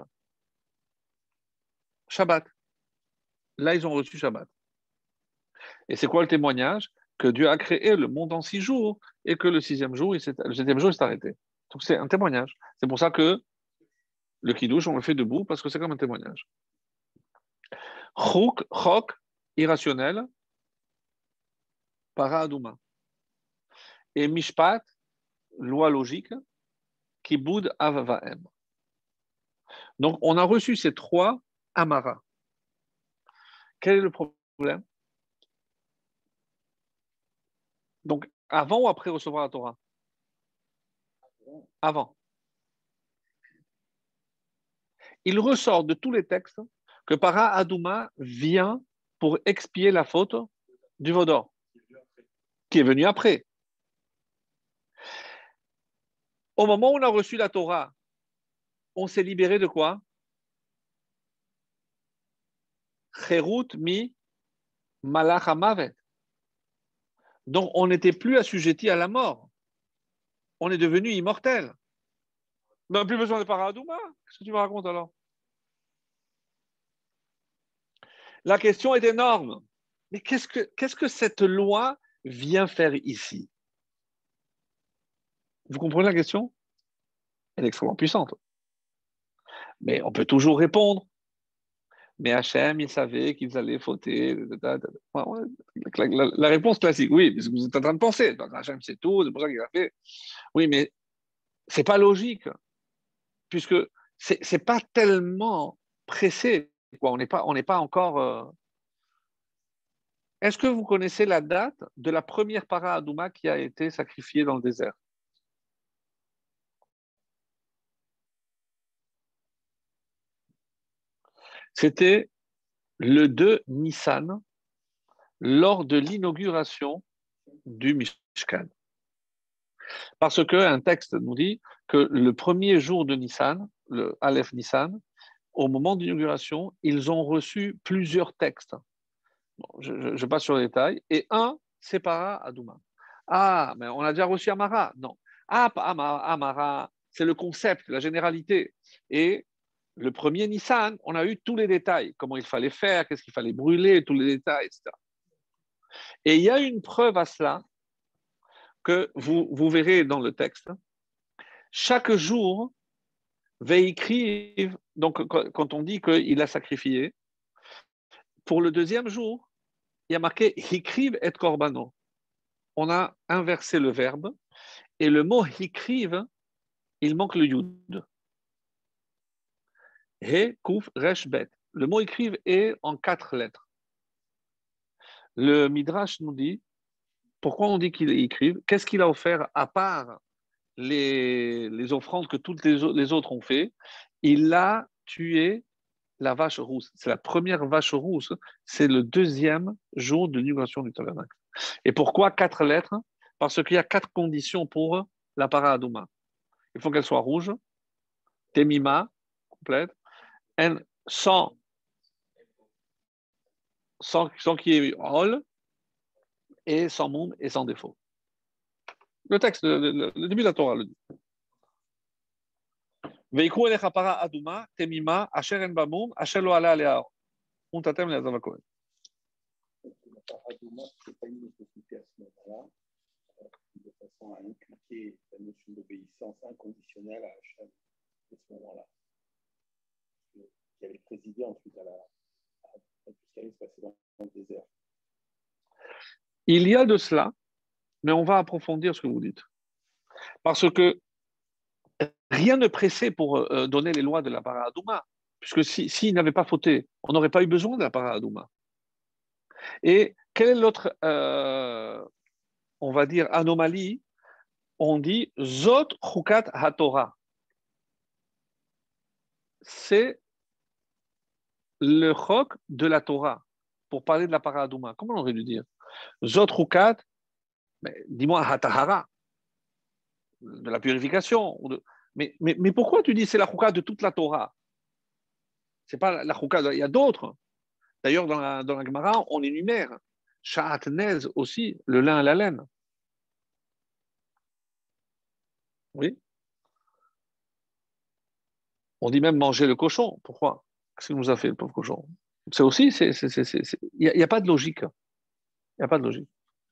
Shabbat. Là, ils ont reçu Shabbat. Et c'est quoi le témoignage? Que Dieu a créé le monde en six jours et que le sixième jour, il s'est, le septième jour, il s'est arrêté. Donc c'est un témoignage. C'est pour ça que le kiddush, on le fait debout parce que c'est comme un témoignage. Chok, chok, irrationnel, para adouma. Et mishpat, loi logique, kiboud avavaem. Donc on a reçu ces trois amara. Quel est le problème? Donc, avant ou après recevoir la Torah? Avant. Il ressort de tous les textes que Para Adouma vient pour expier la faute du Vaudor, qui est venu après. Au moment où on a reçu la Torah, on s'est libéré de quoi? Cherut mi malach hamavet. Donc, on n'était plus assujetti à la mort. On est devenu immortel. On n'a plus besoin de Para Adouma. Qu'est-ce que tu me racontes alors? La question est énorme. Mais qu'est-ce que, qu'est-ce que cette loi vient faire ici? Vous comprenez la question? Elle est extrêmement puissante. Mais on peut toujours répondre. Mais Hachem, il savait qu'ils allaient fauter. La, la, la réponse classique, oui, parce que vous êtes en train de penser. Hachem, c'est tout, c'est pour ça qu'il a fait. Oui, mais ce n'est pas logique, puisque ce n'est pas tellement pressé, quoi. On n'est pas, on n'est pas encore. Euh... Est-ce que vous connaissez la date de la première para Adouma qui a été sacrifiée dans le désert? C'était le deux Nissan, lors de l'inauguration du Mishkan. Parce qu'un texte nous dit que le premier jour de Nissan, le Aleph Nissan, au moment de l'inauguration, ils ont reçu plusieurs textes. Bon, je, je, je passe sur les détails. Et un, c'est para Adouma. Ah, mais on a déjà reçu Amara. Non. Ah, Amara, Amara, c'est le concept, la généralité. Et le premier Nissan, on a eu tous les détails. Comment il fallait faire, qu'est-ce qu'il fallait brûler, tous les détails, et cetera. Et il y a une preuve à cela que vous, vous verrez dans le texte. Chaque jour, Veikriv, donc quand on dit qu'il a sacrifié, pour le deuxième jour, il y a marqué Hikriv et Korbano. On a inversé le verbe et le mot Hikriv, il manque le Yud. He, Kuf, Resh, Bet. Le mot Hikriv est en quatre lettres. Le Midrash nous dit pourquoi on dit qu'il est Hikriv. Qu'est-ce qu'il a offert à part les, les offrandes que toutes les, les autres ont fait? Il a tué la vache rousse. C'est la première vache rousse. C'est le deuxième jour de l'inauguration du tabernacle. Et pourquoi quatre lettres? Parce qu'il y a quatre conditions pour la para Adouma. Il faut qu'elle soit rouge, temima, complète, en, sans, sans, sans qu'il y ait hol, et sans moum et sans défaut. Le texte, le, le, le début de la Torah le dit. Veikru elecha para Adouma, temima, asher en bamoum, asher lo ala alea, untatem le'azam hakohen. Adouma, ce n'est pas une nécessité à ce moment-là, de façon à inculquer la notion d'obéissance inconditionnelle à Hachem à ce moment-là, qui avait présidé ensuite à la à, à tout ce qui allait se passer dans, dans le désert. Il y a de cela, mais on va approfondir ce que vous dites. Parce que rien ne pressait pour euh, donner les lois de la para Adouma, puisque s'il si, si n'avait pas fauté, on n'aurait pas eu besoin de la para Adouma. Et quelle est l'autre, euh, on va dire, anomalie? On dit Zot Chukat HaTorah. C'est le chok de la Torah, pour parler de la para Adouma. Comment on aurait dû dire? Zot Chukat, dis-moi Hatahara, de la purification. Ou de... mais, mais, mais pourquoi tu dis c'est la Chukat de toute la Torah? C'est pas la Chukat, il y a d'autres. D'ailleurs, dans la, dans la Gemara, on énumère Sha'at Nez aussi, le lin et la laine. Oui. On dit même manger le cochon. Pourquoi? Qu'est-ce qu'il nous a fait, le pauvre cochon? C'est aussi, c'est, c'est, c'est, c'est, il n'y a, a pas de logique. Il n'y a pas de logique.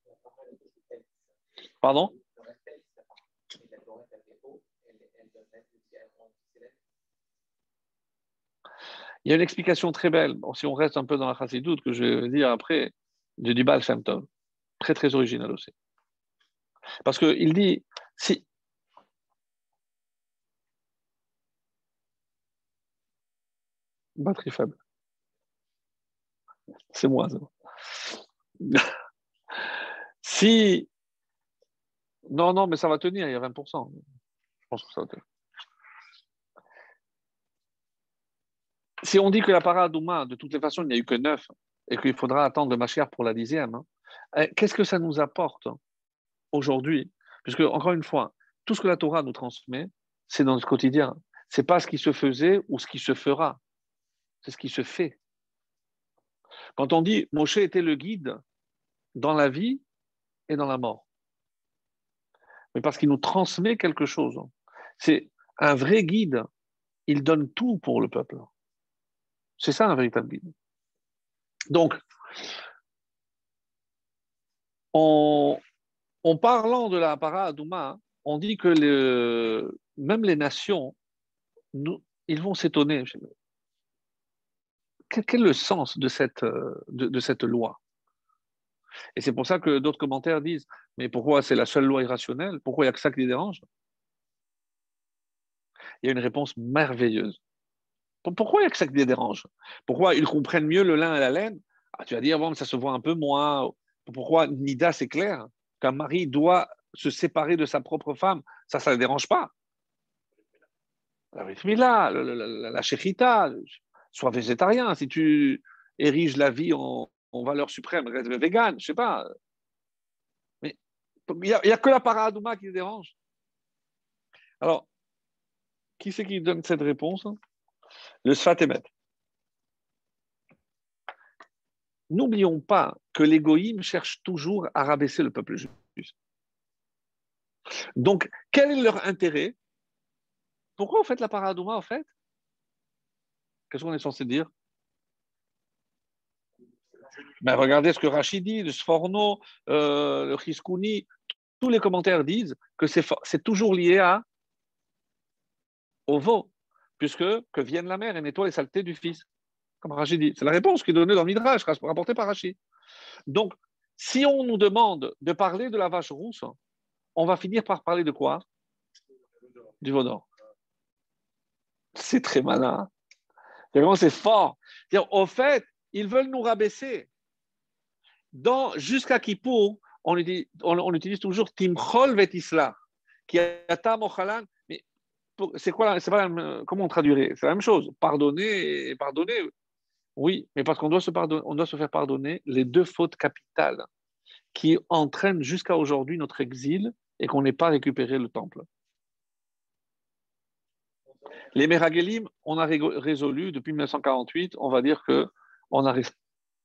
Pardon? Il y a une explication très belle, bon, si on reste un peu dans la chassidoute, que je vais dire après, du, du Baal Shem Tov. Très, très original aussi. Parce qu'il dit, si... Batterie faible. C'est moi, ça. Si... Non, non, mais ça va tenir, il y a vingt pour cent. Je pense que ça va tenir. Si on dit que la para Adouma, de toutes les façons, il n'y a eu que neuf, et qu'il faudra attendre le Mashiach pour la dixième, hein, qu'est-ce que ça nous apporte aujourd'hui? Puisque, encore une fois, tout ce que la Torah nous transmet, c'est dans notre quotidien. Ce n'est pas ce qui se faisait ou ce qui se fera. C'est ce qui se fait. Quand on dit Moshe était le guide dans la vie et dans la mort, mais parce qu'il nous transmet quelque chose. C'est un vrai guide. Il donne tout pour le peuple. C'est ça un véritable guide. Donc, en, en parlant de la para Adouma, on dit que le, même les nations, nous, ils vont s'étonner. Quel, quel est le sens de cette, de, de cette loi? Et c'est pour ça que d'autres commentaires disent, mais pourquoi c'est la seule loi irrationnelle? Pourquoi il n'y a que ça qui les dérange? Il y a une réponse merveilleuse. Pourquoi il y a que ça qui les dérange? Pourquoi ils comprennent mieux le lin et la laine? Ah, tu vas dire, bon, ça se voit un peu moins. Pourquoi Nida, c'est clair qu'un mari doit se séparer de sa propre femme? Ça, ça ne le dérange pas. La bismillah, la, la, la, la shechita, sois végétarien. Si tu ériges la vie en, en valeur suprême, reste vegan, je sais pas. Mais il n'y a, a, que la paradouma qui le dérange. Alors, qui c'est qui donne cette réponse? Le Sfat Emet. N'oublions pas que les goïms cherchent toujours à rabaisser le peuple juif. Donc, quel est leur intérêt? Pourquoi vous faites la paradouma, en fait? Qu'est-ce qu'on est censé dire? Ben, regardez ce que Rachid dit, le Sforno, euh, le Chiskouni, tous les commentaires disent que c'est, c'est toujours lié à, au veau, puisque que vienne la mère et nettoie les saletés du fils, comme Rachid dit. C'est la réponse qui est donnée dans le Midrash, rapportée par Rachid. Donc, si on nous demande de parler de la vache rousse, on va finir par parler de quoi? Du veau d'or. C'est très malin. Vraiment, c'est fort. C'est-à-dire, au fait, ils veulent nous rabaisser. Dans, jusqu'à Kippour, on utilise, on, on utilise toujours Timchol vetisla, qui ata mochalan. Mais pour, c'est quoi? C'est pas la, comment on traduirait? C'est la même chose. Pardonner et pardonner. Oui, mais parce qu'on doit se pardonner, on doit se faire pardonner les deux fautes capitales qui entraînent jusqu'à aujourd'hui notre exil et qu'on n'ait pas récupéré le temple. Les Meragelim, on a résolu depuis mille neuf cent quarante-huit, on va dire que on a résolu.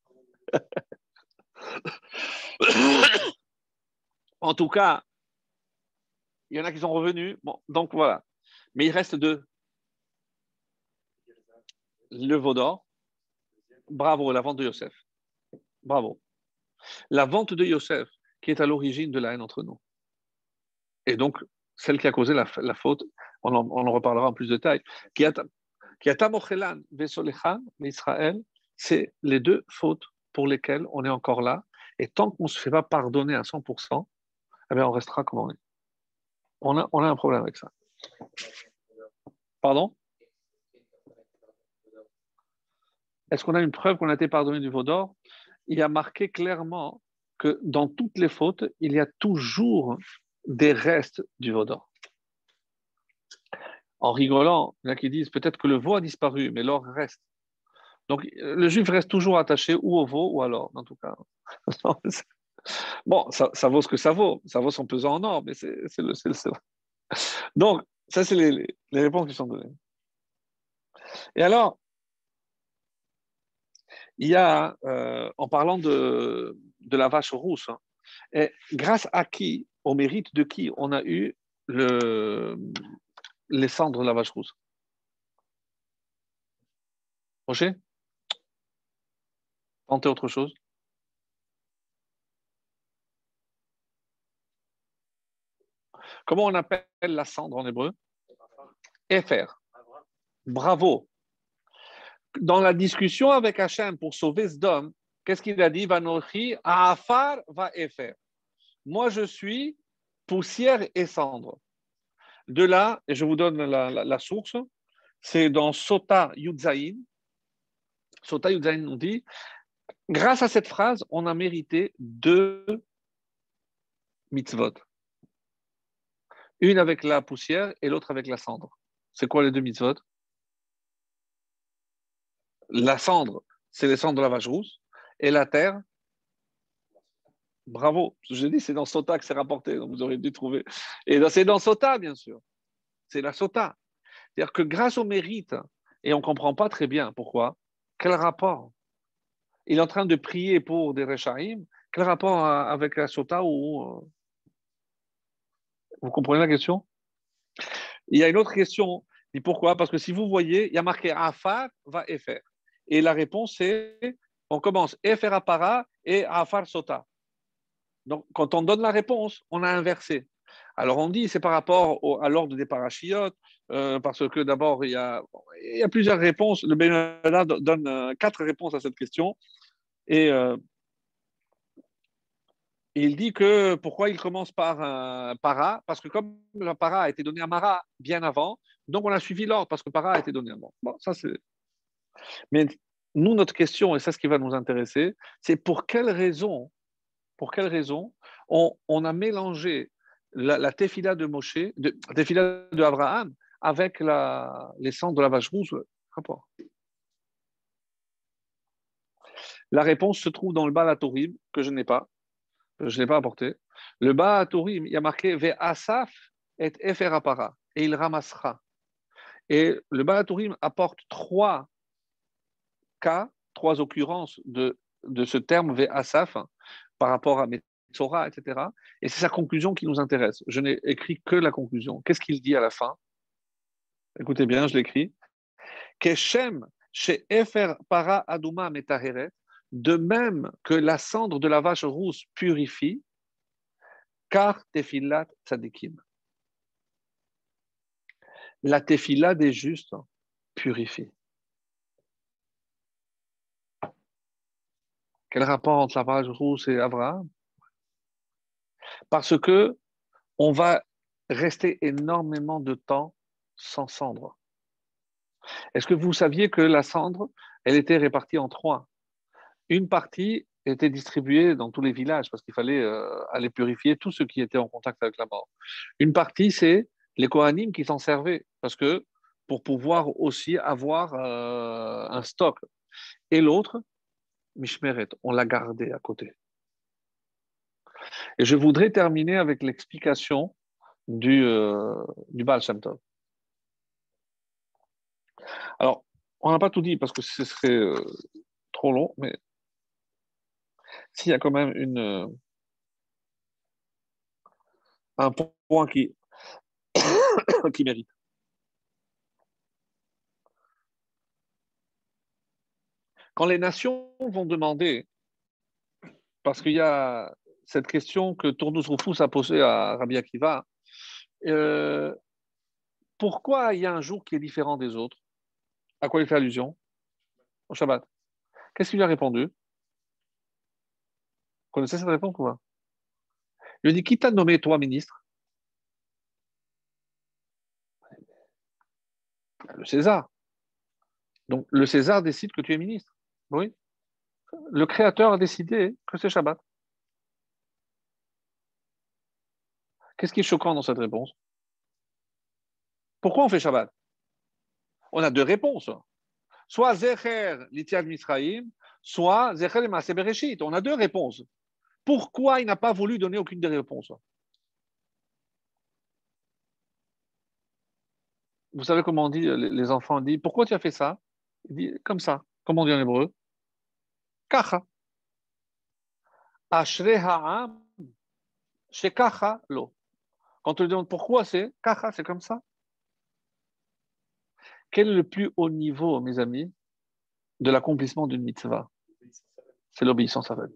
En tout cas, il y en a qui sont revenus. Bon, donc voilà. Mais il reste deux. Le veau d'or. Bravo, la vente de Yosef. Bravo. La vente de Yosef, qui est à l'origine de la haine entre nous. Et donc, celle qui a causé la, la faute, on en, on en reparlera en plus de détail. Qui a tamochelan vesolechan l'Israël, c'est les deux fautes pour lesquelles on est encore là. Et tant qu'on ne se fait pas pardonner à cent pour cent, eh bien, on restera comme on est. On a, on a un problème avec ça. Pardon? Est-ce qu'on a une preuve qu'on a été pardonné du veau d'or? Il y a marqué clairement que dans toutes les fautes, il y a toujours des restes du veau d'or. En rigolant, il y en a qui disent peut-être que le veau a disparu, mais l'or reste. Donc, le juif reste toujours attaché ou au veau ou à l'or, en tout cas. Bon, ça, ça vaut ce que ça vaut. Ça vaut son pesant en or, mais c'est, c'est le... C'est le c'est... Donc, ça, c'est les, les, les réponses qui sont données. Et alors, il y a, euh, en parlant de, de la vache rousse, hein, et grâce à qui, au mérite de qui, on a eu le, les cendres de la vache rousse? Rocher? Tentez autre chose? Comment on appelle la cendre en hébreu? Efer. Bravo. Dans la discussion avec Hachem pour sauver Sdom, qu'est-ce qu'il a dit? Vanochi, Afar va Efer. Moi, je suis poussière et cendre. De là, et je vous donne la, la, la source, c'est dans Sota Yudzaïn. Sota Yudzaïn, on dit, grâce à cette phrase, on a mérité deux mitzvot. Une avec la poussière et l'autre avec la cendre. C'est quoi les deux mitzvot? La cendre, c'est les cendres de la vache rousse. Et la terre, bravo. Je dis, c'est dans Sota que c'est rapporté, donc vous aurez dû trouver. Et c'est dans Sota, bien sûr. C'est la Sota. C'est-à-dire que grâce au mérite, et on ne comprend pas très bien pourquoi, quel rapport? Il est en train de prier pour des Rechaïm, quel rapport avec la Sota ou... Vous comprenez la question? Il y a une autre question. Et pourquoi? Parce que si vous voyez, il y a marqué Afar va Efer. Et la réponse c'est, on commence Efer Apara et Afar Sota. Donc, quand on donne la réponse, on a inversé. Alors, on dit c'est par rapport au, à l'ordre des parachiotes, euh, parce que d'abord, il y, a, il y a plusieurs réponses. Le Ben Hadad donne euh, quatre réponses à cette question. Et euh, il dit que pourquoi il commence par un para? Parce que comme la para a été donnée à Mara bien avant, Donc, on a suivi l'ordre parce que para a été donné avant. Bon, ça, c'est. Mais nous, notre question, et c'est ce qui va nous intéresser, c'est pour quelle raison, pour quelle raison on, on a mélangé la, la tefila de Moshe, de, la tefila de Abraham, avec la, les cendres de la vache rouge. Rapport. La réponse se trouve dans le Baal HaTurim, que je n'ai pas, je n'ai pas apporté. Le Baal HaTurim, il y a marqué Ve Asaf et Efer Apara, et il ramassera. Et le Baal HaTurim apporte trois cas, trois occurrences de, de ce terme Ve Asaf par rapport à Metzora, et cetera. Et c'est sa conclusion qui nous intéresse. Je n'ai écrit que la conclusion. Qu'est-ce qu'il dit à la fin? Écoutez bien, je l'écris. Keshem chez Efer Para Aduma Metaheret, de même que la cendre de la vache rousse purifie, car Tefilat Tzadikim. La Tefila des justes purifie. Quel rapport entre la vache rousse et Abraham? Parce que on va rester énormément de temps sans cendre. Est-ce que vous saviez que la cendre, elle était répartie en trois? Une partie était distribuée dans tous les villages parce qu'il fallait euh, aller purifier tous ceux qui étaient en contact avec la mort. Une partie, c'est les Kohanim qui s'en servaient parce que pour pouvoir aussi avoir euh, un stock. Et l'autre, Mishmeret, on l'a gardé à côté. Et je voudrais terminer avec l'explication du, euh, du Baal Shem Tov. Alors, on n'a pas tout dit parce que ce serait euh, trop long, mais s'il y a quand même une, euh, un point qui, qui mérite. Quand les nations vont demander, parce qu'il y a cette question que Tournus Rufus a posée à Rabbi Akiva, euh, pourquoi il y a un jour qui est différent des autres? À quoi il fait allusion? Au Shabbat. Qu'est-ce qu'il lui a répondu? Vous connaissez cette réponse ou pas? Il lui dit, qui t'a nommé toi ministre? Le César. Donc le César décide que tu es ministre. Oui. Le Créateur a décidé que c'est Shabbat. Qu'est-ce qui est choquant dans cette réponse? Pourquoi on fait Shabbat? On a deux réponses. Soit Zecher l'Itiad Misraïm, soit Zecher le Maaseh Bereshit. On a deux réponses. Pourquoi il n'a pas voulu donner aucune des réponses? Vous savez comment on dit, les enfants disent, pourquoi tu as fait ça? Il dit, comme ça. Comment on dit en hébreu? Kacha. Ashrei ha'am, shekacha lo. Quand on lui demande pourquoi c'est kacha, c'est comme ça. Quel est le plus haut niveau, mes amis, de l'accomplissement d'une mitzvah? C'est l'obéissance aveugle.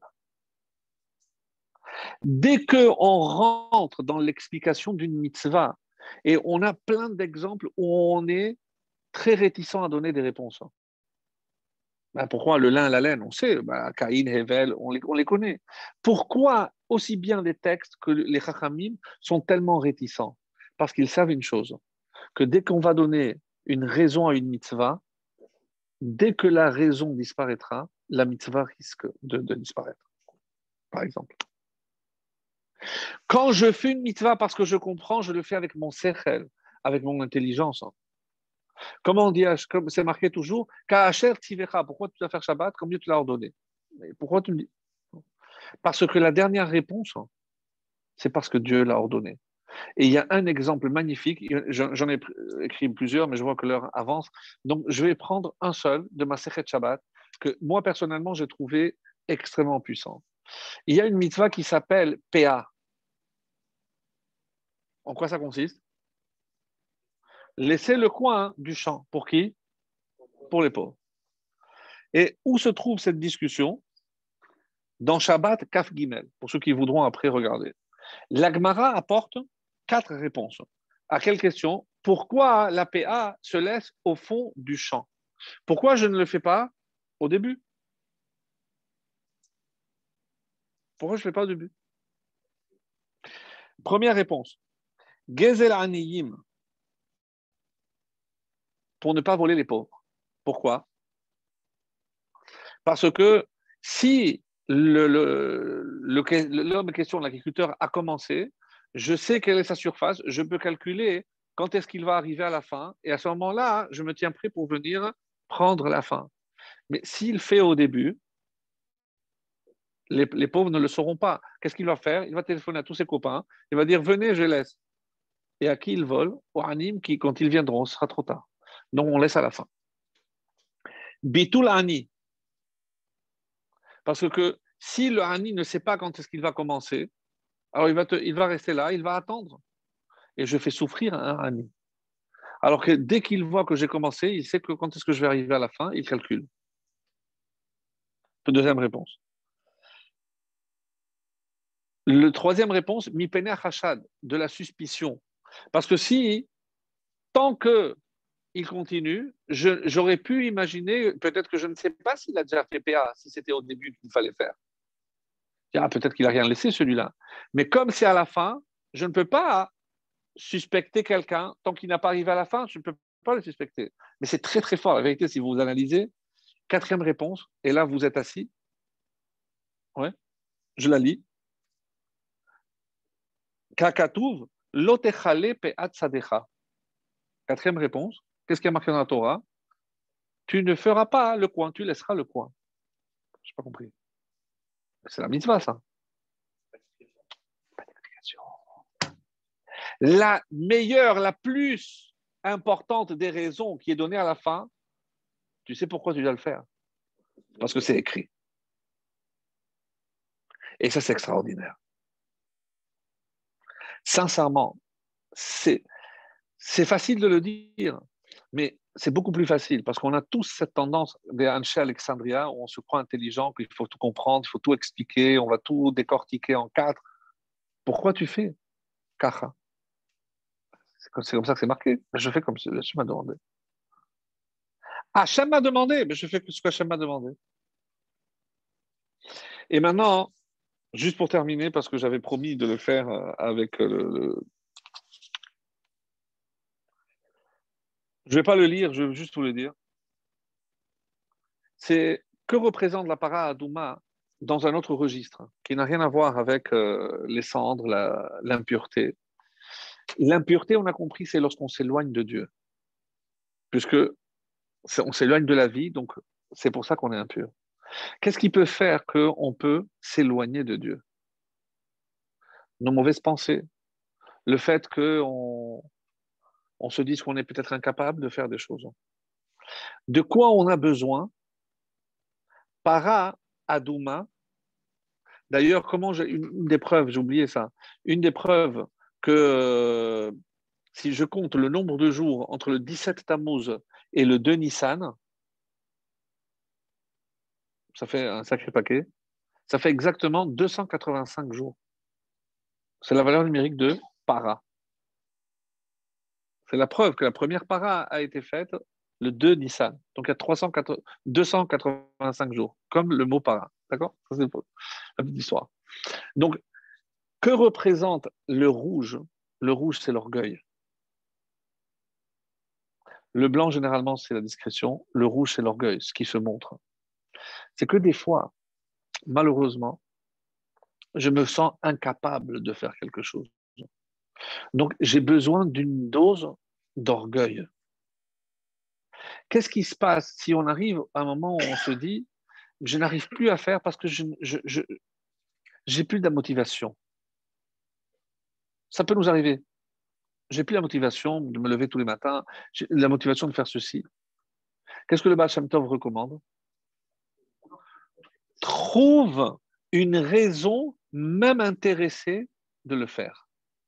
Dès qu'on rentre dans l'explication d'une mitzvah, et on a plein d'exemples où on est très réticent à donner des réponses. Ben pourquoi le lin, la laine? On sait, ben, Caïn, Hevel, on les, on les connaît. Pourquoi aussi bien les textes que les Chachamim sont tellement réticents? Parce qu'ils savent une chose, que dès qu'on va donner une raison à une mitzvah, dès que la raison disparaîtra, la mitzvah risque de, de disparaître, par exemple. Quand je fais une mitzvah parce que je comprends, je le fais avec mon sechel, avec mon intelligence. Comment on dit, comme c'est marqué toujours, Ka'asher tivecha, pourquoi tu dois faire Shabbat, comme Dieu te l'a ordonné? Mais pourquoi tu me dis? Parce que la dernière réponse, c'est parce que Dieu l'a ordonné. Et il y a un exemple magnifique, j'en ai écrit plusieurs, mais je vois que l'heure avance, donc je vais prendre un seul de ma Sechet Shabbat, que moi personnellement j'ai trouvé extrêmement puissant. Il y a une mitzvah qui s'appelle P A. En quoi ça consiste? Laisser le coin du champ. Pour qui? Pour les pauvres. Et où se trouve cette discussion? Dans Shabbat Kaf Gimel, pour ceux qui voudront après regarder. L'Agmara apporte quatre réponses. À quelle question? Pourquoi la P A se laisse au fond du champ? Pourquoi je ne le fais pas au début? Pourquoi je ne le fais pas au début? Première réponse. Gezel Aniyim. pour ne pas voler les pauvres. Pourquoi? Parce que si le, le, le, l'homme en question, l'agriculteur, a commencé, je sais quelle est sa surface, je peux calculer quand est-ce qu'il va arriver à la fin, et à ce moment-là, je me tiens prêt pour venir prendre la fin. Mais s'il fait au début, les, les pauvres ne le sauront pas. Qu'est-ce qu'il va faire? Il va téléphoner à tous ses copains, il va dire, venez, je laisse. Et à qui il vole? Aux anim qui, quand ils viendront, ce sera trop tard. Donc, on laisse à la fin. Bitul ani. Parce que si le ani ne sait pas quand est-ce qu'il va commencer, alors il va, te, il va rester là, il va attendre. Et je fais souffrir un ani. Alors que dès qu'il voit que j'ai commencé, il sait que quand est-ce que je vais arriver à la fin, il calcule. Deuxième réponse. Le troisième réponse, mi pene hachad, de la suspicion. Parce que si, tant que il continue, je, j'aurais pu imaginer, peut-être que je ne sais pas s'il a déjà fait P A, si c'était au début qu'il fallait faire. Ah, peut-être qu'il n'a rien laissé celui-là. Mais comme c'est à la fin, je ne peux pas suspecter quelqu'un tant qu'il n'a pas arrivé à la fin, je ne peux pas le suspecter. Mais c'est très très fort. La vérité, si vous analysez, quatrième réponse, et là vous êtes assis. Ouais, je la lis. Kakatouv, lotechale pe'at sadecha. Quatrième réponse. Qu'est-ce qui a marqué dans la Torah? Tu ne feras pas le coin, tu laisseras le coin. Je n'ai pas compris. C'est la mitzvah, ça. La meilleure, la plus importante des raisons qui est donnée à la fin, tu sais pourquoi tu dois le faire? Parce que c'est écrit. Et ça, c'est extraordinaire. Sincèrement, c'est, c'est facile de le dire, mais c'est beaucoup plus facile parce qu'on a tous cette tendance des Anshé Alexandria où on se croit intelligent, qu'il faut tout comprendre, il faut tout expliquer, on va tout décortiquer en quatre. Pourquoi tu fais Kacha? C'est comme, c'est comme ça que c'est marqué. Je fais comme ce que m'a demandé. Hachem m'a demandé, mais je fais ce que Hachem m'a demandé. Et maintenant, juste pour terminer, parce que j'avais promis de le faire avec le. le... Je ne vais pas le lire, je vais juste vous le dire. C'est que représente la para Adouma dans un autre registre, qui n'a rien à voir avec euh, les cendres, la, l'impureté. L'impureté, on a compris, c'est lorsqu'on s'éloigne de Dieu. Puisque on s'éloigne de la vie, donc c'est pour ça qu'on est impur. Qu'est-ce qui peut faire qu'on peut s'éloigner de Dieu? Nos mauvaises pensées, le fait qu'on on se dise qu'on est peut-être incapable de faire des choses. De quoi on a besoin? Para Adouma. D'ailleurs, comment j'ai, une, une des preuves, j'ai oublié ça, une des preuves que euh, si je compte le nombre de jours entre le dix-sept Tammuz et le deux Nissan, ça fait un sacré paquet, ça fait exactement deux cent quatre-vingt-cinq jours. C'est la valeur numérique de para. C'est la preuve que la première para a été faite le deux Nissan. Donc il y a trois cent quatre, deux cent quatre-vingt-cinq jours, comme le mot para. D'accord? Ça, c'est la petite histoire. Donc, que représente le rouge? Le rouge, c'est l'orgueil. Le blanc, généralement, c'est la discrétion. Le rouge, c'est l'orgueil, ce qui se montre. C'est que des fois, malheureusement, je me sens incapable de faire quelque chose. Donc, j'ai besoin d'une dose d'orgueil. Qu'est-ce qui se passe si on arrive à un moment où on se dit je n'arrive plus à faire parce que je je, je, j'ai plus de la motivation? Ça peut nous arriver. J'ai plus la motivation de me lever tous les matins, j'ai la motivation de faire ceci. Qu'est-ce que le Baal Shem Tov recommande? Trouve une raison, même intéressée, de le faire.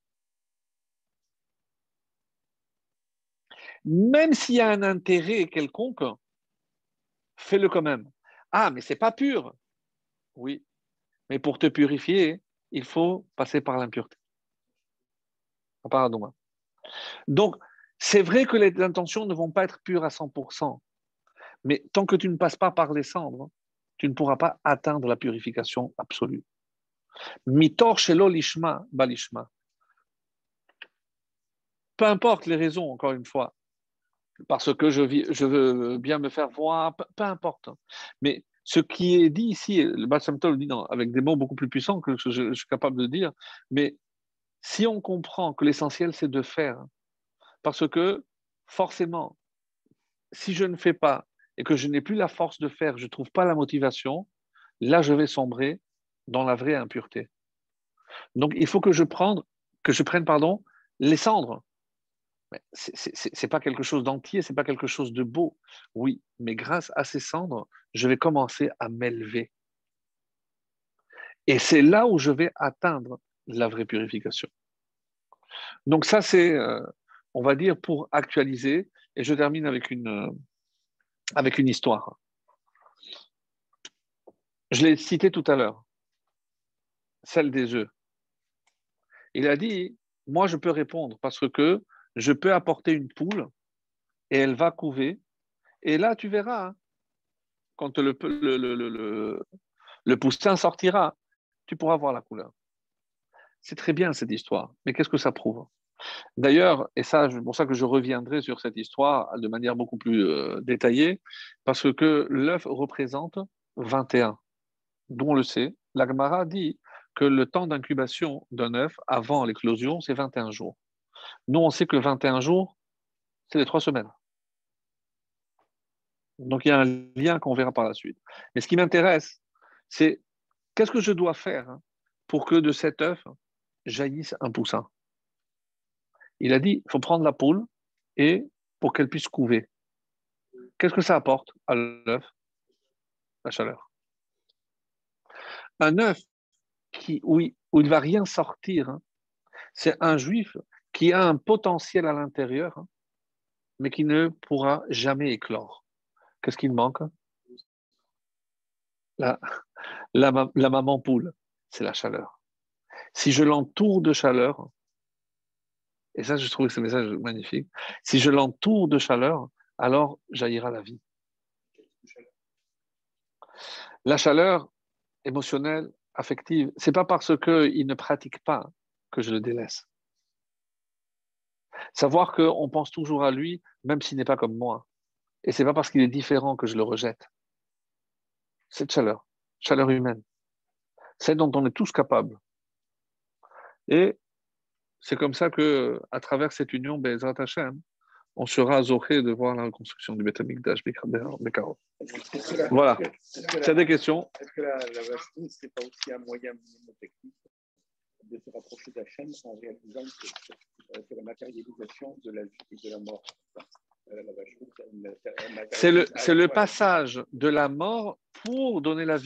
Même s'il y a un intérêt quelconque, fais-le quand même. Ah, mais c'est pas pur. Oui, mais pour te purifier, il faut passer par l'impureté. Pardon. Donc, c'est vrai que les intentions ne vont pas être pures à cent pour cent, mais tant que tu ne passes pas par les cendres, tu ne pourras pas atteindre la purification absolue. Mitor shelo lishma balishma. Peu importe les raisons, encore une fois, parce que je, vis, je veux bien me faire voir, peu, peu importe. Mais ce qui est dit ici, le Baal Shem Tov le dit dans, avec des mots beaucoup plus puissants que je, je, je suis capable de dire, mais si on comprend que l'essentiel, c'est de faire, parce que forcément, si je ne fais pas et que je n'ai plus la force de faire, je ne trouve pas la motivation, là, je vais sombrer dans la vraie impureté. Donc, il faut que je prenne, que je prenne pardon, les cendres. Ce n'est pas quelque chose d'entier, ce n'est pas quelque chose de beau. Oui, mais grâce à ces cendres, je vais commencer à m'élever. Et c'est là où je vais atteindre la vraie purification. Donc ça, c'est, euh, on va dire, pour actualiser. Et je termine avec une, euh, avec une histoire. Je l'ai cité tout à l'heure, celle des œufs. Il a dit, moi, je peux répondre parce que je peux apporter une poule et elle va couver. Et là, tu verras, hein, quand le, le, le, le, le poussin sortira, tu pourras voir la couleur. C'est très bien cette histoire, mais qu'est-ce que ça prouve? D'ailleurs, et ça, c'est pour ça que je reviendrai sur cette histoire de manière beaucoup plus euh, détaillée, parce que l'œuf représente vingt et un. D'où on le sait, la Gemara dit que le temps d'incubation d'un œuf avant l'éclosion, c'est vingt et un jours. Nous, on sait que vingt et un jours, c'est les trois semaines. Donc, il y a un lien qu'on verra par la suite. Mais ce qui m'intéresse, c'est qu'est-ce que je dois faire pour que de cet œuf jaillisse un poussin? Il a dit, il faut prendre la poule et pour qu'elle puisse couver. Qu'est-ce que ça apporte à l'œuf? La chaleur. Un œuf qui, où, il, où il ne va rien sortir, hein, c'est un juif qui a un potentiel à l'intérieur, hein, mais qui ne pourra jamais éclore. Qu'est-ce qu'il manque? la, la, la maman poule, c'est la chaleur. Si je l'entoure de chaleur, et ça, je trouve que ce message magnifique, si je l'entoure de chaleur, alors jaillira la vie. La chaleur émotionnelle, affective, c'est pas parce qu'il ne pratique pas que je le délaisse. Savoir qu'on pense toujours à lui, même s'il n'est pas comme moi. Et c'est pas parce qu'il est différent que je le rejette. Cette chaleur, chaleur humaine, celle dont on est tous capables. Et c'est comme ça que, à travers cette union, Be'ezrat Hashem, on sera zoché de voir la reconstruction du Beth Amikdash Bekaro. Voilà. Tu as des questions? Est-ce que la, la vacherie, ce n'est pas aussi un moyen technique de se rapprocher d'Hachem en réalisant que c'est la matérialisation de la vie et de la mort? C'est le, c'est le passage de la mort pour donner la vie.